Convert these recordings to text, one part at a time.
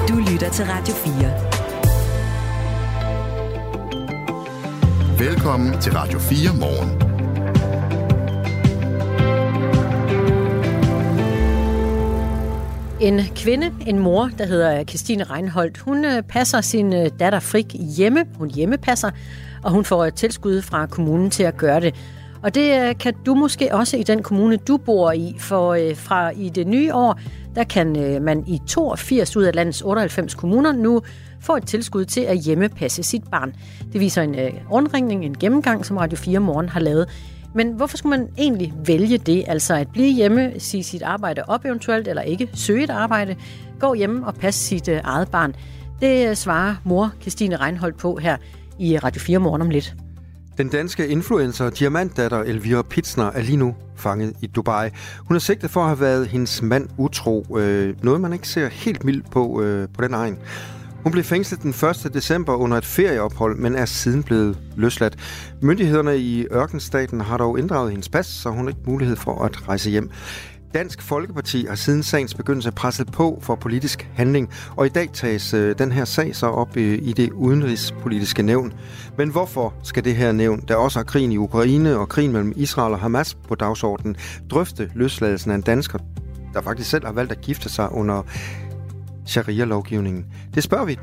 Du lytter til Radio 4. Velkommen til Radio 4 morgen. En kvinde, en mor, der hedder Christine Reinholdt, hun passer sin datter Frik hjemme. Hun hjemmepasser, og hun får et tilskud fra kommunen til at gøre det. Og det kan du måske også i den kommune, du bor i, for fra i det nye år, der kan man i 82 ud af landets 98 kommuner nu få et tilskud til at hjemmepasse sit barn. Det viser en rundringning, en gennemgang, som Radio 4 Morgen har lavet. Men hvorfor skulle man egentlig vælge det? Altså at blive hjemme, sige sit arbejde op eventuelt, eller ikke søge et arbejde, gå hjemme og passe sit eget barn. Det svarer mor Christine Reinholdt på her i Radio 4 Morgen om lidt. Den danske influencer, diamantdatter Elvira Pitsner, er lige nu fanget i Dubai. Hun er sigtet for at have været hendes mand utro. Noget, man ikke ser helt mildt på den egen. Hun blev fængslet den 1. december under et ferieophold, men er siden blevet løsladt. Myndighederne i ørkenstaten har dog inddraget hendes pas, så hun har ikke mulighed for at rejse hjem. Dansk Folkeparti har siden sagens begyndelse presset på for politisk handling, og i dag tages den her sag så op i det udenrigspolitiske nævn. Men hvorfor skal det her nævn, der også har krigen i Ukraine og krigen mellem Israel og Hamas på dagsordenen, drøfte løsladelsen af en dansker, der faktisk selv har valgt at gifte sig under sharia-lovgivningen? Det spørger vi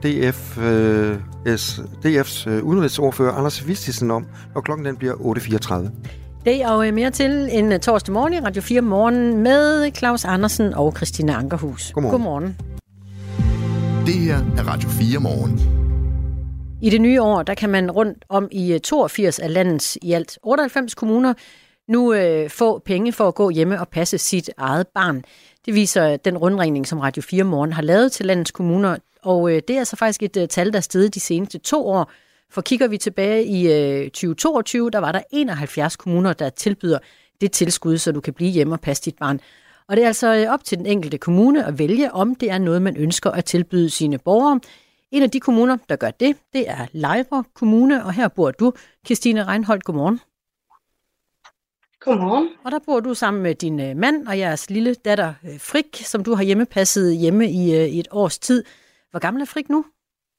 DF's udenrigsordfører Anders Vistisen om, når klokken den bliver 8.34. Det og mere til en torsdag morgen i Radio 4 Morgen med Claus Andersen og Christina Ankerhus. Godmorgen. Det her er Radio 4 Morgen. I det nye år, der kan man rundt om i 82 af landets i alt 98 kommuner nu få penge for at gå hjemme og passe sit eget barn. Det viser den rundringning, som Radio 4 Morgen har lavet til landets kommuner, og det er altså faktisk et tal, der er steget de seneste 2 år. For kigger vi tilbage i 2022, der var der 71 kommuner, der tilbyder det tilskud, så du kan blive hjemme og passe dit barn. Og det er altså op til den enkelte kommune at vælge, om det er noget, man ønsker at tilbyde sine borgere. En af de kommuner, der gør det, det er Lejre Kommune, og her bor du, Christine Reinholdt. Godmorgen. Godmorgen. Og der bor du sammen med din mand og jeres lille datter Frik, som du har hjemmepasset hjemme i et års tid. Hvor gammel er Frik nu?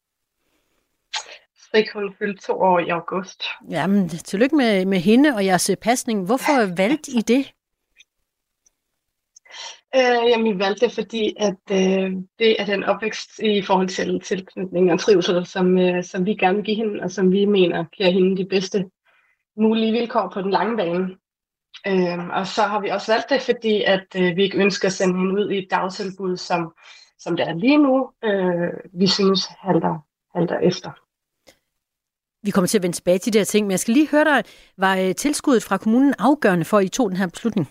Frik, hun fyldte 2 år i august. Jamen, tillykke med hende og jeres pasning. Hvorfor valgte I det? Jamen, vi valgte det, fordi at det er den opvækst i forhold til tilknytning og trivsel, som vi gerne vil give hende, og som vi mener giver hende de bedste mulige vilkår på den lange bane. Og så har vi også valgt det, fordi at vi ikke ønsker at sende hende ud i et dagtilbud, som det er lige nu. Vi synes halter efter. Vi kommer til at vende tilbage til de her ting, men jeg skal lige høre dig, var tilskuddet fra kommunen afgørende for, at I tog den her beslutning?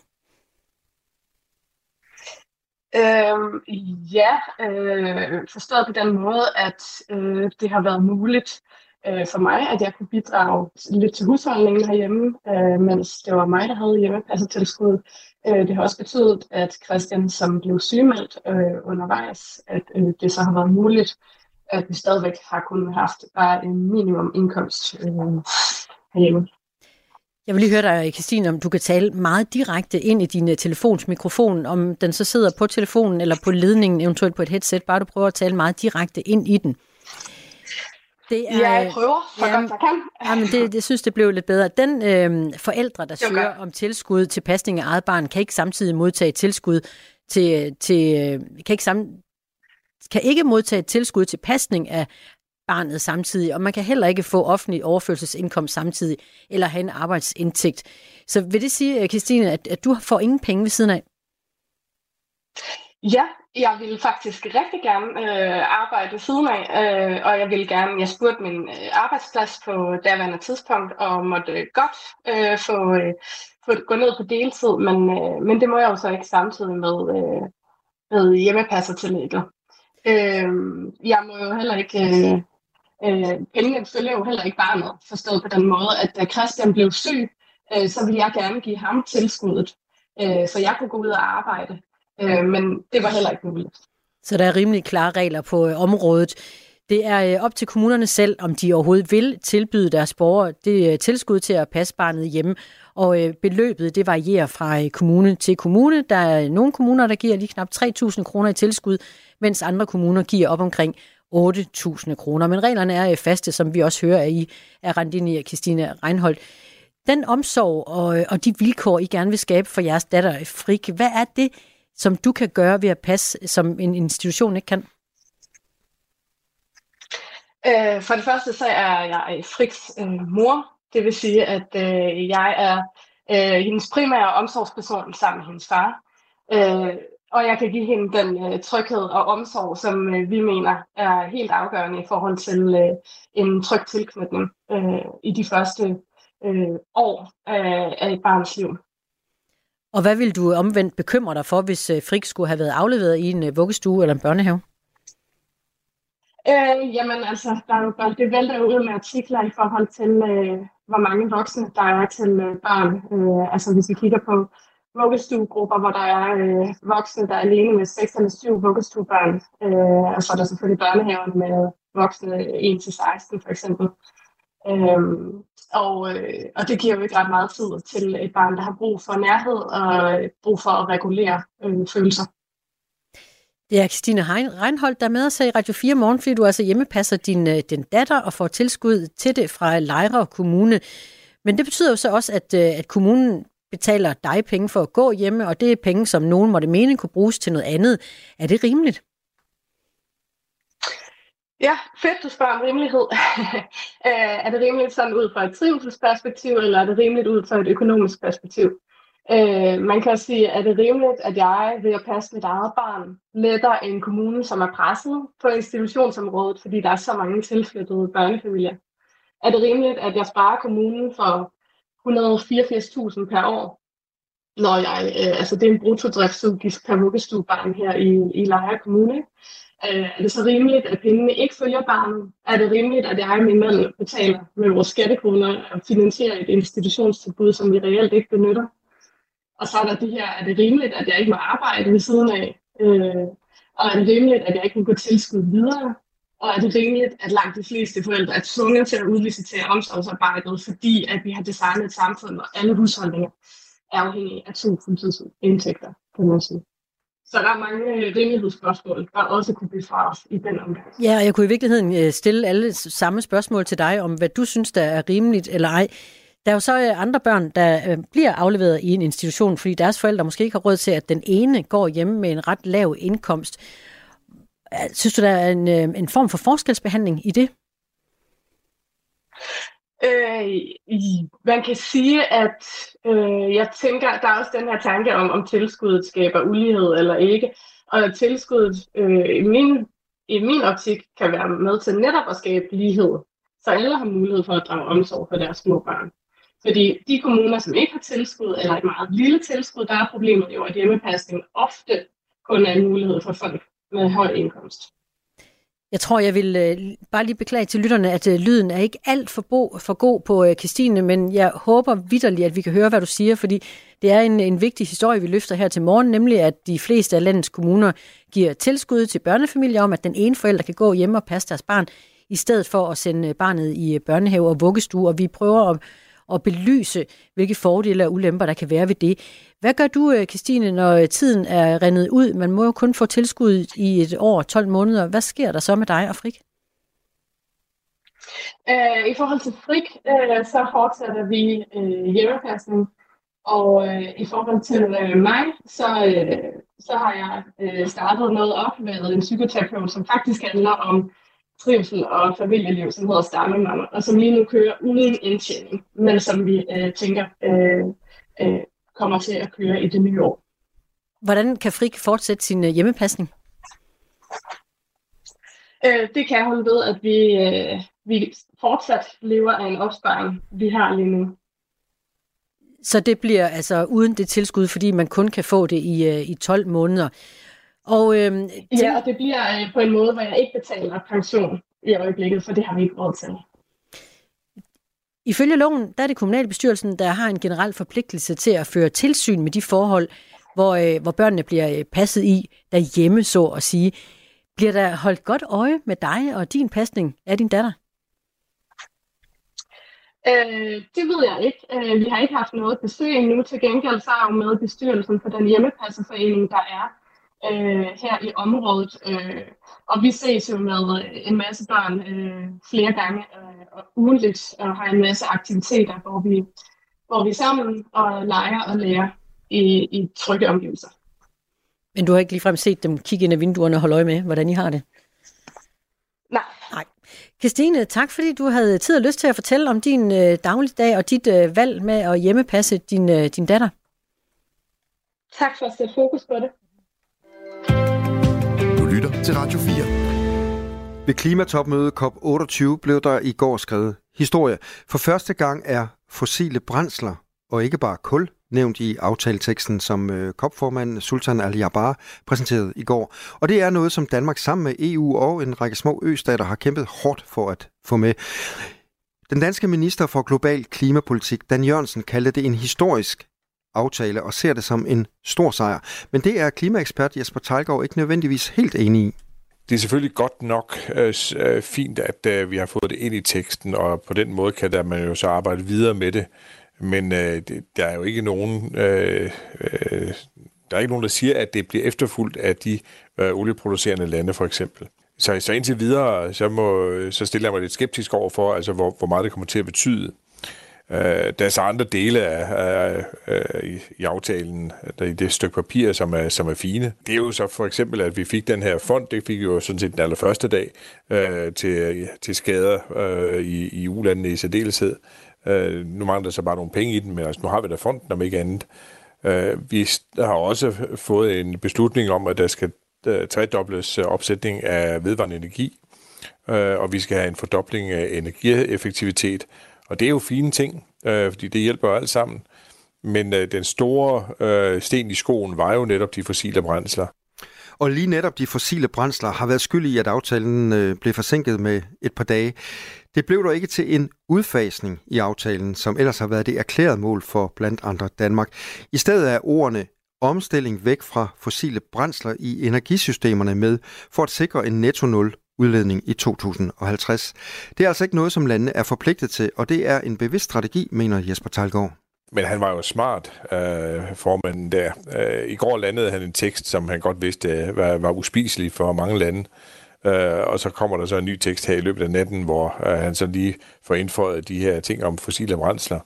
Forstået på den måde, at det har været muligt for mig, at jeg kunne bidrage lidt til husholdningen herhjemme, mens det var mig, der havde hjemmepassetilskud. Det har også betydet, at Christian, som blev sygemeldt undervejs, at det så har været muligt, at vi stadigvæk har kunnet haft bare en minimum indkomst herhjemme. Jeg vil lige høre dig, Christine, om du kan tale meget direkte ind i din telefons mikrofon, om den så sidder på telefonen eller på ledningen, eventuelt på et headset, bare du prøver at tale meget direkte ind i den. Det er, jeg prøver, så godt jeg kan. Jamen det synes det blev lidt bedre. Den forældre, der søger om tilskud til pasning af eget barn, kan ikke samtidig modtage tilskud kan ikke modtage et tilskud til pasning af barnet samtidig, og man kan heller ikke få offentlig overførselsindkomst samtidig, eller have en arbejdsindtægt. Så vil det sige, Christine, at du får ingen penge ved siden af? Ja, jeg ville faktisk rigtig gerne arbejde ved siden af, og jeg spurgte min arbejdsplads på daværende tidspunkt, og måtte godt få gå ned på deltid, men det må jeg jo så ikke samtidig med hjemmepassertillægget. Jeg må jo heller ikke, pengene følger jo heller ikke barnet, forstået på den måde, at da Christian blev syg, så ville jeg gerne give ham tilskuddet, så jeg kunne gå ud og arbejde, men det var heller ikke muligt. Så der er rimelig klare regler på området. Det er op til kommunerne selv, om de overhovedet vil tilbyde deres borgere det tilskud til at passe barnet hjemme. Og beløbet, det varierer fra kommune til kommune. Der er nogle kommuner, der giver lige knap 3.000 kroner i tilskud, mens andre kommuner giver op omkring 8.000 kroner. Men reglerne er faste, som vi også hører af Randini og Christine Reinholdt. Den omsorg og de vilkår, I gerne vil skabe for jeres datter Frik, hvad er det, som du kan gøre ved at passe, som en institution ikke kan? For det første, så er jeg Friks mor. Det vil sige, at jeg er hendes primære omsorgsperson sammen med hendes far. Og jeg kan give hende den tryghed og omsorg, som vi mener er helt afgørende i forhold til en tryg tilknytning i de første år af et barns liv. Og hvad vil du omvendt bekymre dig for, hvis Frik skulle have været afleveret i en vuggestue eller en børnehave? Jamen altså, det vælter jo ud med artikler i forhold til, hvor mange voksne der er til barn. Altså hvis vi kigger på vuggestuegrupper, hvor der er voksne, der er alene med 6 eller 7 vuggestuebørn. Og så er der selvfølgelig børnehaven med voksne 1-16 for eksempel. Og det giver jo ikke ret meget tid til et barn, der har brug for nærhed og brug for at regulere følelser. Det er Christine Reinholdt, der er med os i Radio 4 Morgen, fordi du altså hjemmepasser din datter og får tilskud til det fra Lejre Kommune. Men det betyder jo så også, at kommunen betaler dig penge for at gå hjemme, og det er penge, som nogen måtte mene kunne bruges til noget andet. Er det rimeligt? Ja, fedt, du spørger om rimelighed. Er det rimeligt sådan ud fra et trivselsperspektiv, eller er det rimeligt ud fra et økonomisk perspektiv? Man kan sige, at det er rimeligt, at jeg ved at passe mit eget barn letter en kommune, som er presset på institutionsområdet, fordi der er så mange tilflyttede børnefamilier. Er det rimeligt, at jeg sparer kommunen for 184.000 per år, når det er en bruttodriftsudgift per vuggestuebarn her i Lejre Kommune? Er det så rimeligt, at pengene ikke følger barnet? Er det rimeligt, at jeg og min mand betaler med vores skattekroner og finansierer et institutionstilbud, som vi reelt ikke benytter? Og så er der det her, er det rimeligt, at jeg ikke må arbejde ved siden af? Og er det rimeligt, at jeg ikke må gå tilskud videre? Og er det rimeligt, at langt de fleste forældre er tvunget til at udlicitere omsorgsarbejdet, fordi at vi har designet et samfund, hvor alle husholdninger er afhængige af 2 fuldtidsindtægter, kan man sige. Så der er mange rimelighedsspørgsmål, der også kunne besvares i den omgang. Ja, og jeg kunne i virkeligheden stille alle samme spørgsmål til dig om, hvad du synes, der er rimeligt eller ej. Der er jo så andre børn, der bliver afleveret i en institution, fordi deres forældre måske ikke har råd til, at den ene går hjemme med en ret lav indkomst. Synes du, der er en form for forskelsbehandling i det? Man kan sige, at jeg tænker, der er også den her tanke om tilskuddet skaber ulighed eller ikke. Og tilskuddet i min optik kan være med til netop at skabe lighed, så alle har mulighed for at drage omsorg for deres små børn. Fordi de kommuner, som ikke har tilskud, eller et meget lille tilskud, der er problemet jo, at hjemmepasning ofte kun er en mulighed for folk med høj indkomst. Jeg tror, jeg vil bare lige beklage til lytterne, at lyden er ikke alt for god på Christine, men jeg håber vitterligt, at vi kan høre, hvad du siger, fordi det er en vigtig historie, vi løfter her til morgen, nemlig at de fleste af landets kommuner giver tilskud til børnefamilier om, at den ene forælder kan gå hjem og passe deres barn, i stedet for at sende barnet i børnehave og vuggestue, og vi prøver at belyse, hvilke fordele og ulemper der kan være ved det. Hvad gør du, Christine, når tiden er rendet ud? Man må jo kun få tilskud i et år, 12 måneder. Hvad sker der så med dig og Frik? I forhold til Frik, så fortsætter vi hjemmepasning. Og i forhold til mig, så har jeg startet noget op med en psykoterapeut, som faktisk handler om trivsel og familieliv, som hedder Stammemamma, og som lige nu kører uden indtjening, men som vi tænker kommer til at køre i det nye år. Hvordan kan Frik fortsætte sin hjemmepasning? Det kan hun ved, at vi fortsat lever af en opsparing, vi har lige nu. Så det bliver altså uden det tilskud, fordi man kun kan få det i 12 måneder. Og, ja, og det bliver på en måde, hvor jeg ikke betaler pension i øjeblikket, for det har vi ikke råd til. Ifølge loven, der er det kommunalbestyrelsen, der har en generel forpligtelse til at føre tilsyn med de forhold, hvor børnene bliver passet i derhjemme, så at sige. Bliver der holdt godt øje med dig og din pasning af din datter? Det ved jeg ikke. Vi har ikke haft noget besøg endnu. Til gengæld så er jeg jo med i bestyrelsen for den hjemmepasserforening, der er her i området. Og vi ses jo med en masse børn flere gange ugentligt og har en masse aktiviteter, hvor vi sammen og leger og lærer i trygge omgivelser. Men du har ikke ligefrem set dem kigge ind ad vinduerne og holde øje med, hvordan I har det? Nej. Christine, tak fordi du havde tid og lyst til at fortælle om din dagligdag og dit valg med at hjemmepasse din datter. Tak for at sætte fokus på det. Du lytter til Radio 4. Ved klimatopmødet COP28 blev der i går skrevet historie. For første gang er fossile brændsler, og ikke bare kul, nævnt i aftaleteksten, som COP-formand Sultan Al-Jaber præsenterede i går. Og det er noget, som Danmark sammen med EU og en række små østater har kæmpet hårdt for at få med. Den danske minister for global klimapolitik, Dan Jørgensen, kaldte det en historisk aftale og ser det som en stor sejr. Men det er klimaekspert Jesper Theilgaard ikke nødvendigvis helt enig i. Det er selvfølgelig godt nok fint, at vi har fået det ind i teksten, og på den måde kan man jo så arbejde videre med det. Men der er jo ikke nogen, der siger, at det bliver efterfulgt af de olieproducerende lande, for eksempel. Så indtil videre, så stiller jeg mig lidt skeptisk over for, altså hvor meget det kommer til at betyde. Der er så andre dele i aftalen, der i det stykke papir, som er fine. Det er jo så for eksempel, at vi fik den her fond, det fik vi jo sådan set den allerførste dag, til skader i ulandene i særdeleshed. Nu mangler der så bare nogle penge i den, men altså, nu har vi da fonden, om ikke andet. Vi har også fået en beslutning om, at der skal tredobles opsætning af vedvarende energi, og vi skal have en fordobling af energieffektivitet. Og det er jo fine ting, fordi det hjælper jo alt sammen. Men den store sten i skoen var jo netop de fossile brændsler. Og lige netop de fossile brændsler har været skyld i, at aftalen blev forsinket med et par dage. Det blev dog ikke til en udfasning i aftalen, som ellers har været det erklærede mål for blandt andre Danmark. I stedet er ordene omstilling væk fra fossile brændsler i energisystemerne med for at sikre en netto-nul udledning i 2050. Det er altså ikke noget, som landene er forpligtet til, og det er en bevidst strategi, mener Jesper Theilgaard. Men han var jo smart, formanden der. I går landede han en tekst, som han godt vidste var uspiselig for mange lande. Og så kommer der så en ny tekst her i løbet af natten, hvor han så lige får indføjet de her ting om fossile brændsler.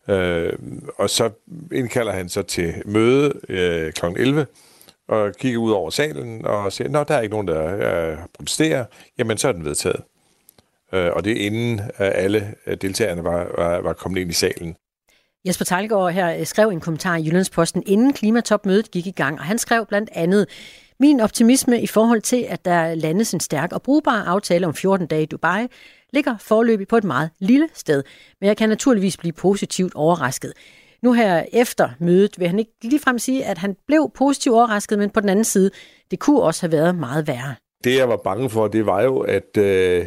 Og så indkalder han så til møde kl. 11 og kigger ud over salen og siger, der er ikke nogen, der protesterer. Jamen, så er den vedtaget. Og det er inden alle deltagerne var kommet ind i salen. Jesper Theilgaard her skrev en kommentar i Jyllandsposten, inden klimatopmødet gik i gang, og han skrev blandt andet: min optimisme i forhold til, at der landes en stærk og brugbar aftale om 14 dage i Dubai, ligger foreløbig på et meget lille sted, men jeg kan naturligvis blive positivt overrasket. Nu her efter mødet vil han ikke ligefrem sige, at han blev positivt overrasket, men på den anden side, det kunne også have været meget værre. Det, jeg var bange for, det var jo, at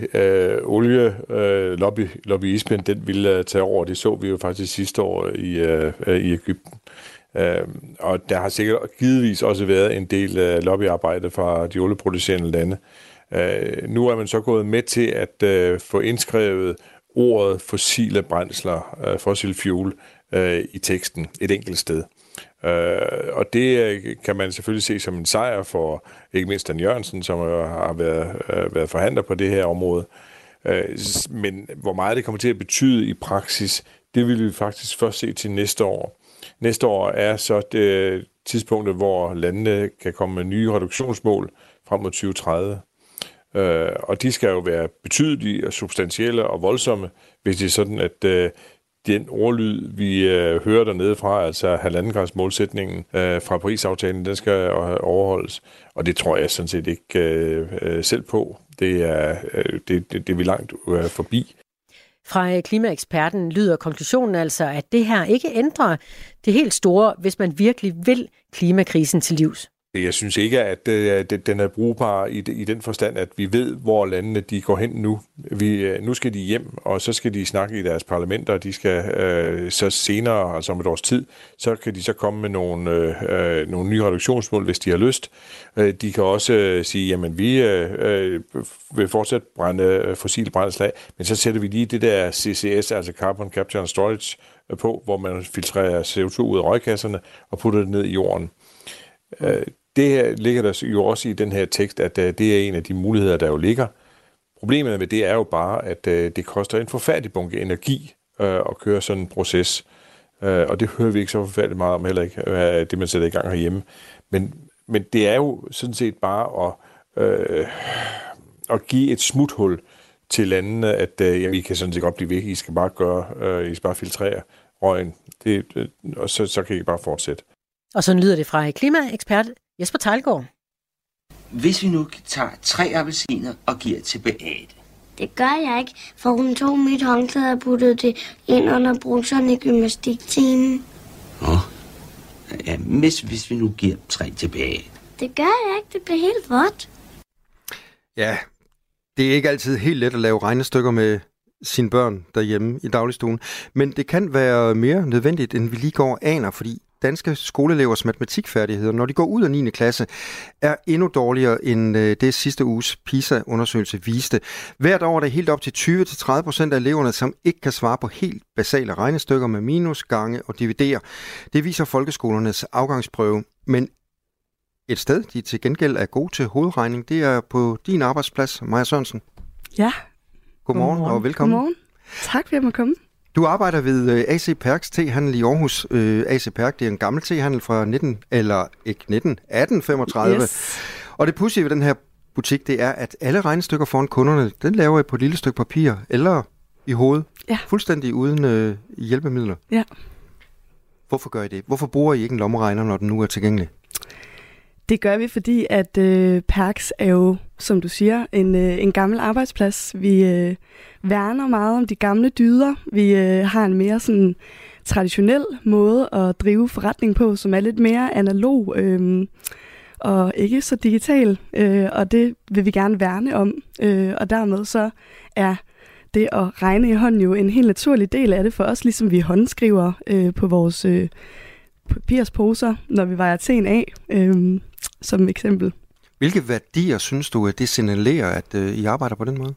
olielobbyismen, den ville tage over. Det så vi jo faktisk sidste år i Egypten. Og der har sikkert givetvis også været en del lobbyarbejde fra de olieproducerende lande. Nu er man så gået med til at få indskrevet ordet fossile brændsler, fossil fuel, i teksten et enkelt sted. Og det kan man selvfølgelig se som en sejr for ikke mindst Dan Jørgensen, som har været forhandler på det her område. Men hvor meget det kommer til at betyde i praksis, det vil vi faktisk først se til næste år. Næste år er så det tidspunktet, hvor landene kan komme med nye reduktionsmål frem mod 2030. Og de skal jo være betydelige og substantielle og voldsomme, hvis det er sådan, at den ordlyd, vi hører dernede fra, altså 1,5 grads målsætningen fra Paris-aftalen, den skal overholdes. Og det tror jeg sådan set ikke selv på. Det er vi langt forbi. Fra klimaeksperten lyder konklusionen altså, at det her ikke ændrer det helt store, hvis man virkelig vil klimakrisen til livs. Jeg synes ikke, at den er brugbar i den forstand, at vi ved, hvor landene de går hen nu. Nu skal de hjem, og så skal de snakke i deres parlamenter, og de skal så senere, altså om et års tid, så kan de så komme med nogle nye reduktionsmål, hvis de har lyst. De kan også sige, jamen vi vil fortsat brænde fossile brændsler af, men så sætter vi lige det der CCS, altså Carbon Capture and Storage, på, hvor man filtrerer CO2 ud af røgkasserne og putter det ned i jorden. Det ligger der jo også i den her tekst, at det er en af de muligheder, der jo ligger. Problemet med det er jo bare, at det koster en forfærdelig bunke energi at køre sådan en proces. Og det hører vi ikke så forfærdeligt meget om, heller ikke det, man sætter i gang herhjemme. Men det er jo sådan set bare at give et smuthul til landene, at I kan sådan set godt blive væk. I skal bare filtrere røgen. Og så kan I bare fortsætte. Og så lyder det fra klimaekspert Jesper Teilgaard. Hvis vi nu tager 3 appelsiner og giver til Beate. Det gør jeg ikke, for hun tog mit håndklæde og puttede det ind under brugserne i gymnastiktimen. Ja, hvis vi nu giver 3 til Beate. Det gør jeg ikke, det bliver helt vådt. Ja, det er ikke altid helt let at lave regnestykker med sine børn derhjemme i dagligstuen, men det kan være mere nødvendigt, end vi lige går aner, fordi danske skoleelevers matematikfærdigheder, når de går ud af 9. klasse, er endnu dårligere end det sidste uges PISA-undersøgelse viste. Hvert år er det helt op til 20-30% af eleverne, som ikke kan svare på helt basale regnestykker med minus, gange og dividere. Det viser folkeskolernes afgangsprøve. Men et sted, de til gengæld er gode til hovedregning, det er på din arbejdsplads, Maja Sørensen. Ja. Godmorgen og velkommen. Godmorgen. Tak for at jeg må komme. Du arbejder ved AC Perks tehandel i Aarhus. AC Perk, det er en gammel tehandel fra 1835. Yes. Og det pudsige ved den her butik, det er, at alle regnestykker foran kunderne, den laver I på et lille stykke papir eller i hovedet. Ja. Fuldstændig uden hjælpemidler. Ja. Hvorfor gør I det? Hvorfor bruger I ikke en lommeregner, når den nu er tilgængelig? Det gør vi, fordi at Perks er jo, som du siger, en gammel arbejdsplads. Vi værner meget om de gamle dyder. Vi har en mere sådan traditionel måde at drive forretning på, som er lidt mere analog og ikke så digital. Og det vil vi gerne værne om. Og dermed så er det at regne i hånden jo en helt naturlig del af det for os, ligesom vi håndskriver på vores papirsposer, når vi vejer teen af, som eksempel. Hvilke værdier synes du, at det signalerer, at I arbejder på den måde?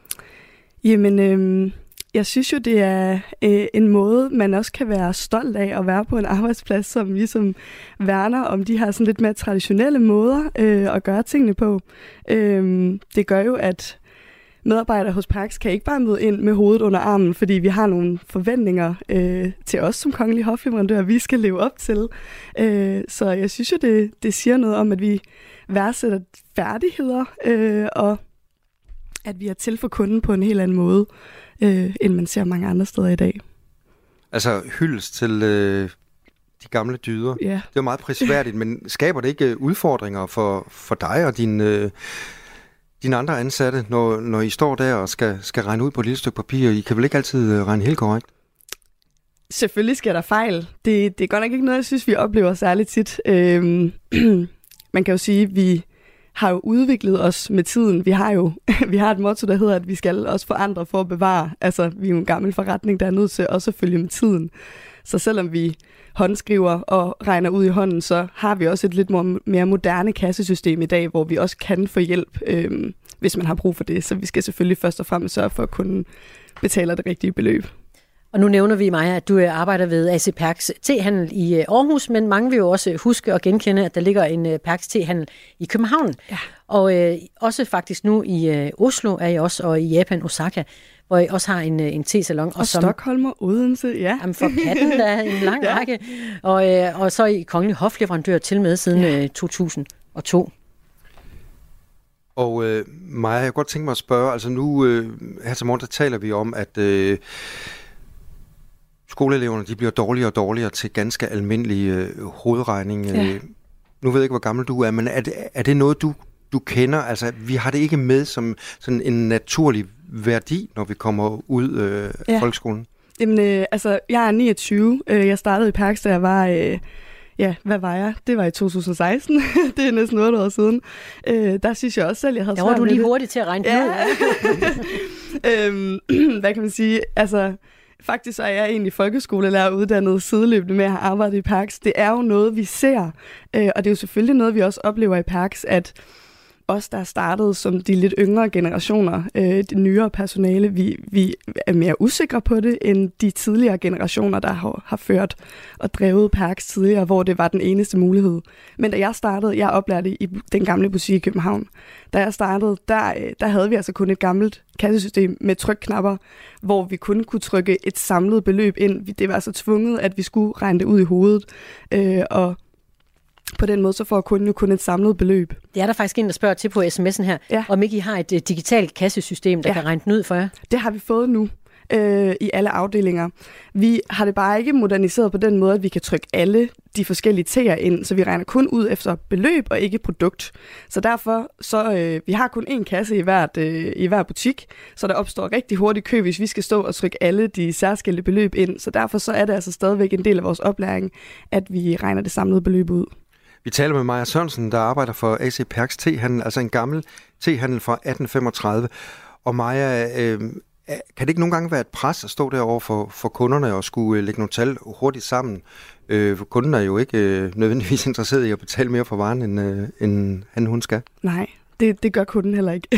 Jamen, jeg synes jo, det er en måde, man også kan være stolt af at være på en arbejdsplads, som ligesom værner om de her sådan lidt mere traditionelle måder at gøre tingene på. Det gør jo, at medarbejdere hos Perks kan ikke bare møde ind med hovedet under armen, fordi vi har nogle forventninger til os som kongelig hofleverandør, vi skal leve op til. Så jeg synes jo, det siger noget om, at vi værdsætter færdigheder, og at vi er til for kunden på en helt anden måde, end man ser mange andre steder i dag. Altså hyldest til de gamle dyder. Yeah. Det er meget prisværdigt, men skaber det ikke udfordringer for dig og dine andre ansatte, når I står der og skal regne ud på et lille stykke papir? I kan vel ikke altid regne helt korrekt? Selvfølgelig sker der fejl. Det er godt nok ikke noget, jeg synes, vi oplever særligt tit. Man kan jo sige, at vi har jo udviklet os med tiden. Vi har et motto, der hedder, at vi skal også forandre for at bevare. Altså, vi er jo en gammel forretning, der er nødt til også at følge med tiden. Så selvom vi håndskriver og regner ud i hånden, så har vi også et lidt mere moderne kassesystem i dag, hvor vi også kan få hjælp, hvis man har brug for det. Så vi skal selvfølgelig først og fremmest sørge for at kunne betale det rigtige beløb. Og nu nævner vi, Maja, at du arbejder ved AC Perks tehandel i Aarhus, men mange vil jo også huske og genkende, at der ligger en Perks tehandel i København. Ja. Og også faktisk nu i Oslo er I også, og i Japan, Osaka, hvor I også har en tesalon. Og Stockholm og Odense, ja. Jamen for katten, der er en lang række. Og så er I kongelig hofleverandør til med siden 2002. Og Maja, jeg kunne godt tænke mig at spørge, altså nu her til morgen, der taler vi om, at skoleeleverne, de bliver dårligere og dårligere til ganske almindelig hovedregning. Ja. Nu ved jeg ikke, hvor gammel du er, men er det noget, du kender? Altså, vi har det ikke med som sådan en naturlig værdi, når vi kommer ud af folkeskolen? Jamen, altså, jeg er 29. Jeg startede i Perks, da jeg var Ja, hvad var jeg? Det var i 2016. Det er næsten 8 år siden. Der synes jeg også selv, jeg havde svært med det. Der var du lige hurtigt til at regne det ud. Hvad kan man sige? Altså, faktisk er jeg egentlig folkeskolelærer uddannet sideløbende med at have arbejdet i Perks. Det er jo noget, vi ser, og det er jo selvfølgelig noget, vi også oplever i Perks, at os, der er startet som de lidt yngre generationer, det nyere personale, vi er mere usikre på det, end de tidligere generationer, der har ført og drevet Perks tidligere, hvor det var den eneste mulighed. Men da jeg startede, jeg oplærte i den gamle butik i København. Da jeg startede, der havde vi altså kun et gammelt kassesystem med trykknapper, hvor vi kun kunne trykke et samlet beløb ind. Det var altså tvunget, at vi skulle regne det ud i hovedet, og på den måde, så får kunden jo kun et samlet beløb. Det er der faktisk en, der spørger til på sms'en her, om ikke I har et digitalt kassesystem, der kan regne den ud for jer? Det har vi fået nu i alle afdelinger. Vi har det bare ikke moderniseret på den måde, at vi kan trykke alle de forskellige T'er ind, så vi regner kun ud efter beløb og ikke produkt. Så derfor, vi har kun én kasse i hver butik, så der opstår rigtig hurtigt kø, hvis vi skal stå og trykke alle de særskilte beløb ind. Så derfor så er det altså stadigvæk en del af vores oplæring, at vi regner det samlede beløb ud. Vi taler med Maja Sørensen, der arbejder for AC Perks Tehandel, altså en gammel tehandel fra 1835. Og Maja, kan det ikke nogle gange være et pres at stå derovre for kunderne og skulle lægge nogle tal hurtigt sammen? For kunden er jo ikke nødvendigvis interesseret i at betale mere for varen, end hun skal. Nej, det gør kunden heller ikke.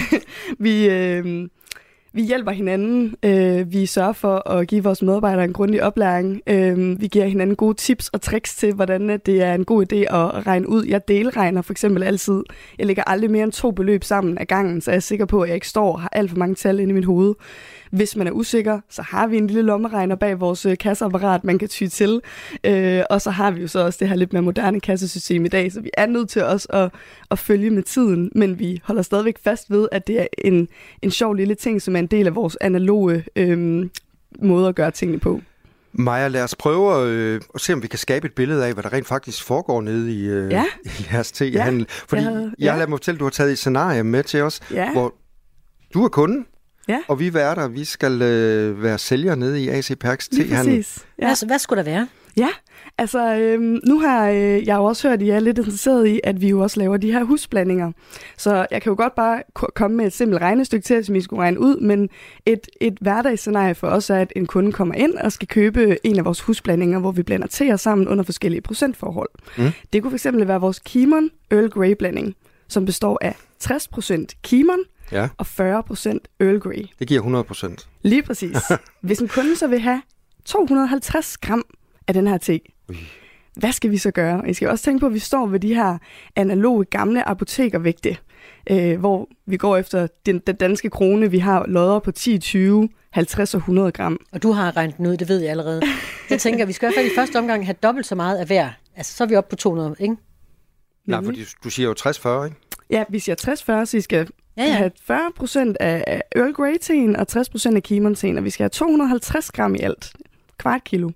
Vi hjælper hinanden. Vi sørger for at give vores medarbejdere en grundig oplæring. Vi giver hinanden gode tips og tricks til, hvordan det er en god idé at regne ud. Jeg delregner for eksempel altid. Jeg lægger aldrig mere end 2 beløb sammen ad gangen, så jeg er sikker på, at jeg ikke står og har alt for mange tal inde i mit hoved. Hvis man er usikker, så har vi en lille lommeregner bag vores kasseapparat, man kan ty til. Og så har vi jo så også det her lidt mere moderne kassesystem i dag, så vi er nødt til også at følge med tiden, men vi holder stadigvæk fast ved, at det er en sjov lille ting, som er en del af vores analoge måde at gøre tingene på. Maja, lad os prøve at se, om vi kan skabe et billede af, hvad der rent faktisk foregår nede i jeres tehandel. Fordi jeg har ladet mig fortælle, at du har taget et scenarie med til os, hvor du er kunden, og vi værter, vi skal være sælgere nede i AC Perks tehandel. Ja. Hvad skulle der være? Ja, altså nu har jeg jo også hørt, at I er lidt interesseret i, at vi jo også laver de her husblandinger. Så jeg kan jo godt bare komme med et simpelt regnestykke til, som I skulle regne ud, men et hverdagsscenarie for os er, at en kunde kommer ind og skal købe en af vores husblandinger, hvor vi blander teer sammen under forskellige procentforhold. Det kunne fx være vores Keymon Earl Grey blanding, som består af 60% Keymon og 40% Earl Grey. Det giver 100%. Lige præcis. Hvis en kunde så vil have 250 gram af den her te, hvad skal vi så gøre? I skal også tænke på, at vi står ved de her analoge gamle apotekervægte, hvor vi går efter den danske krone. Vi har lodder på 10, 20, 50 og 100 gram. Og du har regnet den ud, det ved jeg allerede. Jeg tænker, vi skal i hvert fald i første omgang have dobbelt så meget af hver. Altså, så er vi oppe på 200, ikke? Nej, fordi du siger jo 60-40, ikke? Ja, vi siger 60-40, så I skal have 40% af Earl Grey-teen og 60% af Keymon-teen, og vi skal have 250 gram i alt. Kvart kilo.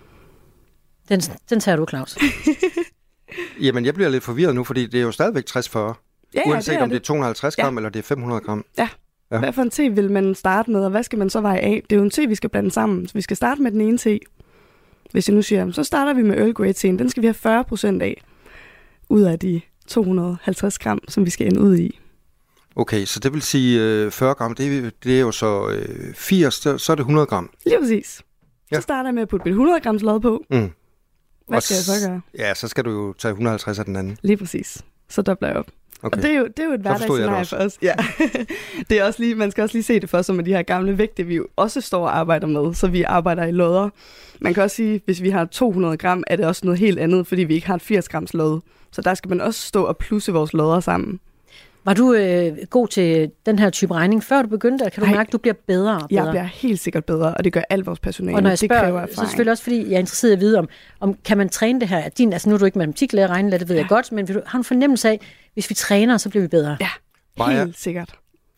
Den tager du, Claus. Jamen, jeg bliver lidt forvirret nu, fordi det er jo stadigvæk 60-40. Uanset om det er 250 gram eller det er 500 gram. Ja. Hvad for en te vil man starte med, og hvad skal man så veje af? Det er jo en te, vi skal blande sammen. Så vi skal starte med den ene te. Hvis jeg nu siger, så starter vi med Earl Grey-teen. Den skal vi have 40% af. Ud af de 250 gram, som vi skal ende ud i. Okay, så det vil sige 40 gram, det er jo så 80, så er det 100 gram. Lige præcis. Så starter jeg med at putte 100 grams lod på. Hvad skal jeg så gøre? Ja, så skal du jo tage 150 af den anden. Lige præcis. Så dobler jeg op. Okay. Og det er jo et hverdagsscenarie for os. Ja. Det er også lige, man skal også lige se det for, som med de her gamle vægte, vi jo også står og arbejder med, så vi arbejder i lodder. Man kan også sige, hvis vi har 200 gram, er det også noget helt andet, fordi vi ikke har et 80 grams lod. Så der skal man også stå og plusse vores lodder sammen. Var du god til den her type regning, før du begyndte? Kan du mærke, at du bliver bedre og bedre? Jeg bliver helt sikkert bedre, og det gør alt vores personale. Og når jeg spørger, så selvfølgelig også, fordi jeg er interesseret i at vide, om kan man træne det her? Altså nu er du ikke matematiklærer, regnelærer, det ved jeg godt, men har du en fornemmelse af, hvis vi træner, så bliver vi bedre? Ja, helt sikkert.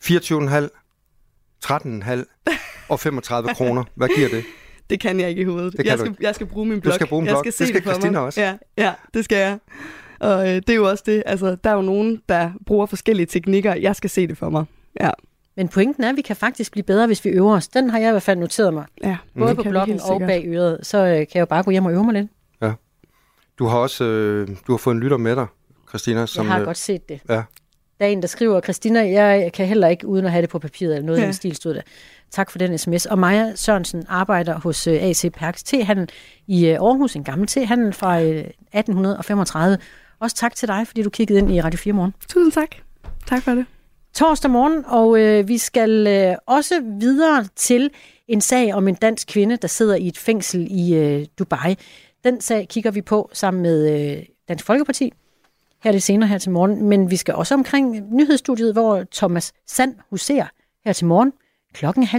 24,5, 13,5 og 35 kroner. Hvad giver det? Det kan jeg ikke i hovedet. Jeg skal bruge min blog. Du skal bruge en blog. Jeg skal det skal Christina også. Ja, det skal jeg. Og det er jo også det, altså der er jo nogen, der bruger forskellige teknikker. Jeg skal se det for mig. Ja. Men pointen er, at vi kan faktisk blive bedre, hvis vi øver os. Den har jeg i hvert fald noteret mig. Ja, både på bloggen og bag øret. Så kan jeg jo bare gå hjem og øve mig lidt. Ja. Du har også du har fået en lytter med dig, Christina. Som, jeg har godt set det. Ja. Der er en, der skriver, Christina, jeg kan heller ikke, uden at have det på papiret eller noget i den stil, stod der. Tak for den sms. Og Maja Sørensen arbejder hos AC Perks Tehandel i Aarhus, en gammel tehandel fra 1835. Også tak til dig, fordi du kiggede ind i Radio 4 Morgen. Tusind tak. Tak for det. Torsdag morgen, og vi skal også videre til en sag om en dansk kvinde, der sidder i et fængsel i Dubai. Den sag kigger vi på sammen med Dansk Folkeparti. Her er det senere her til morgen, men vi skal også omkring nyhedsstudiet, hvor Thomas Sand huserer her til morgen 8:30.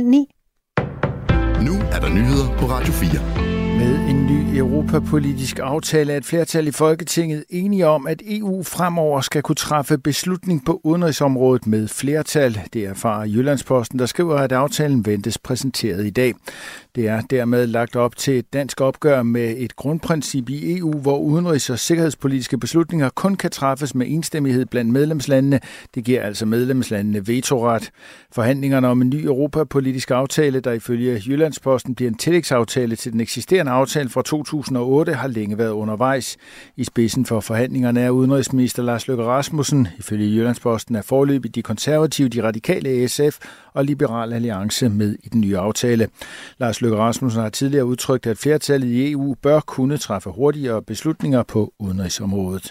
Nu er der nyheder på Radio 4. Med en ny europapolitisk aftale er et flertal i Folketinget enige om, at EU fremover skal kunne træffe beslutning på udenrigsområdet med flertal. Det er fra Jyllandsposten, der skriver, at aftalen ventes præsenteret i dag. Det er dermed lagt op til et dansk opgør med et grundprincip i EU, hvor udenrigs- og sikkerhedspolitiske beslutninger kun kan træffes med enstemmighed blandt medlemslandene. Det giver altså medlemslandene vetoret. Forhandlingerne om en ny europapolitisk aftale, der ifølge Jyllandsposten bliver en tillægsaftale til den eksisterende aftale fra 2008, har længe været undervejs. I spidsen for forhandlingerne er udenrigsminister Lars Løkke Rasmussen. Ifølge Jyllandsposten er foreløbig de konservative, de radikale SF og Liberal Alliance med i den nye aftale. Lars Løkke Rasmussen har tidligere udtrykt, at flertallet i EU bør kunne træffe hurtigere beslutninger på udenrigsområdet.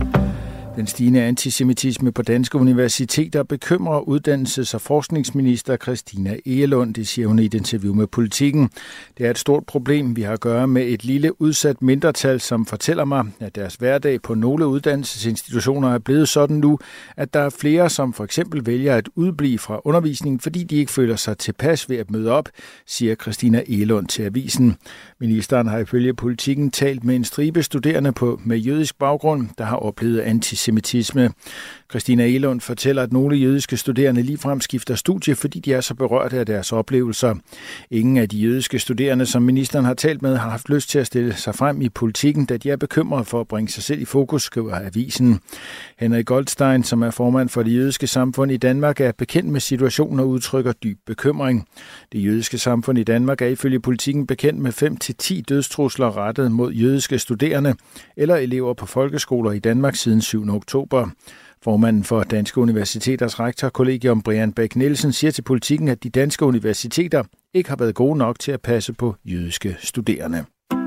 Den stigende antisemitisme på danske universiteter bekymrer uddannelses- og forskningsminister Christina Egelund, det siger hun i et interview med Politiken. Det er et stort problem, vi har at gøre med et lille udsat mindretal, som fortæller mig, at deres hverdag på nogle uddannelsesinstitutioner er blevet sådan nu, at der er flere, som for eksempel vælger at udblive fra undervisningen, fordi de ikke føler sig tilpas ved at møde op, siger Christina Egelund til avisen. Ministeren har ifølge Politiken talt med en stribe studerende med jødisk baggrund, der har oplevet antisemitisme. Christina Egelund fortæller, at nogle jødiske studerende ligefrem skifter studie, fordi de er så berørte af deres oplevelser. Ingen af de jødiske studerende, som ministeren har talt med, har haft lyst til at stille sig frem i Politiken, da de er bekymrede for at bringe sig selv i fokus, skriver avisen. Henrik Goldstein, som er formand for det jødiske samfund i Danmark, er bekendt med situationen og udtrykker dyb bekymring. Det jødiske samfund i Danmark er ifølge Politiken bekendt med 5-10 dødstrusler rettet mod jødiske studerende eller elever på folkeskoler i Danmark siden 7. oktober. Formanden for Danske Universiteters rektorkollegium Brian Bæk Nielsen siger til Politiken, at de danske universiteter ikke har været gode nok til at passe på jødiske studerende.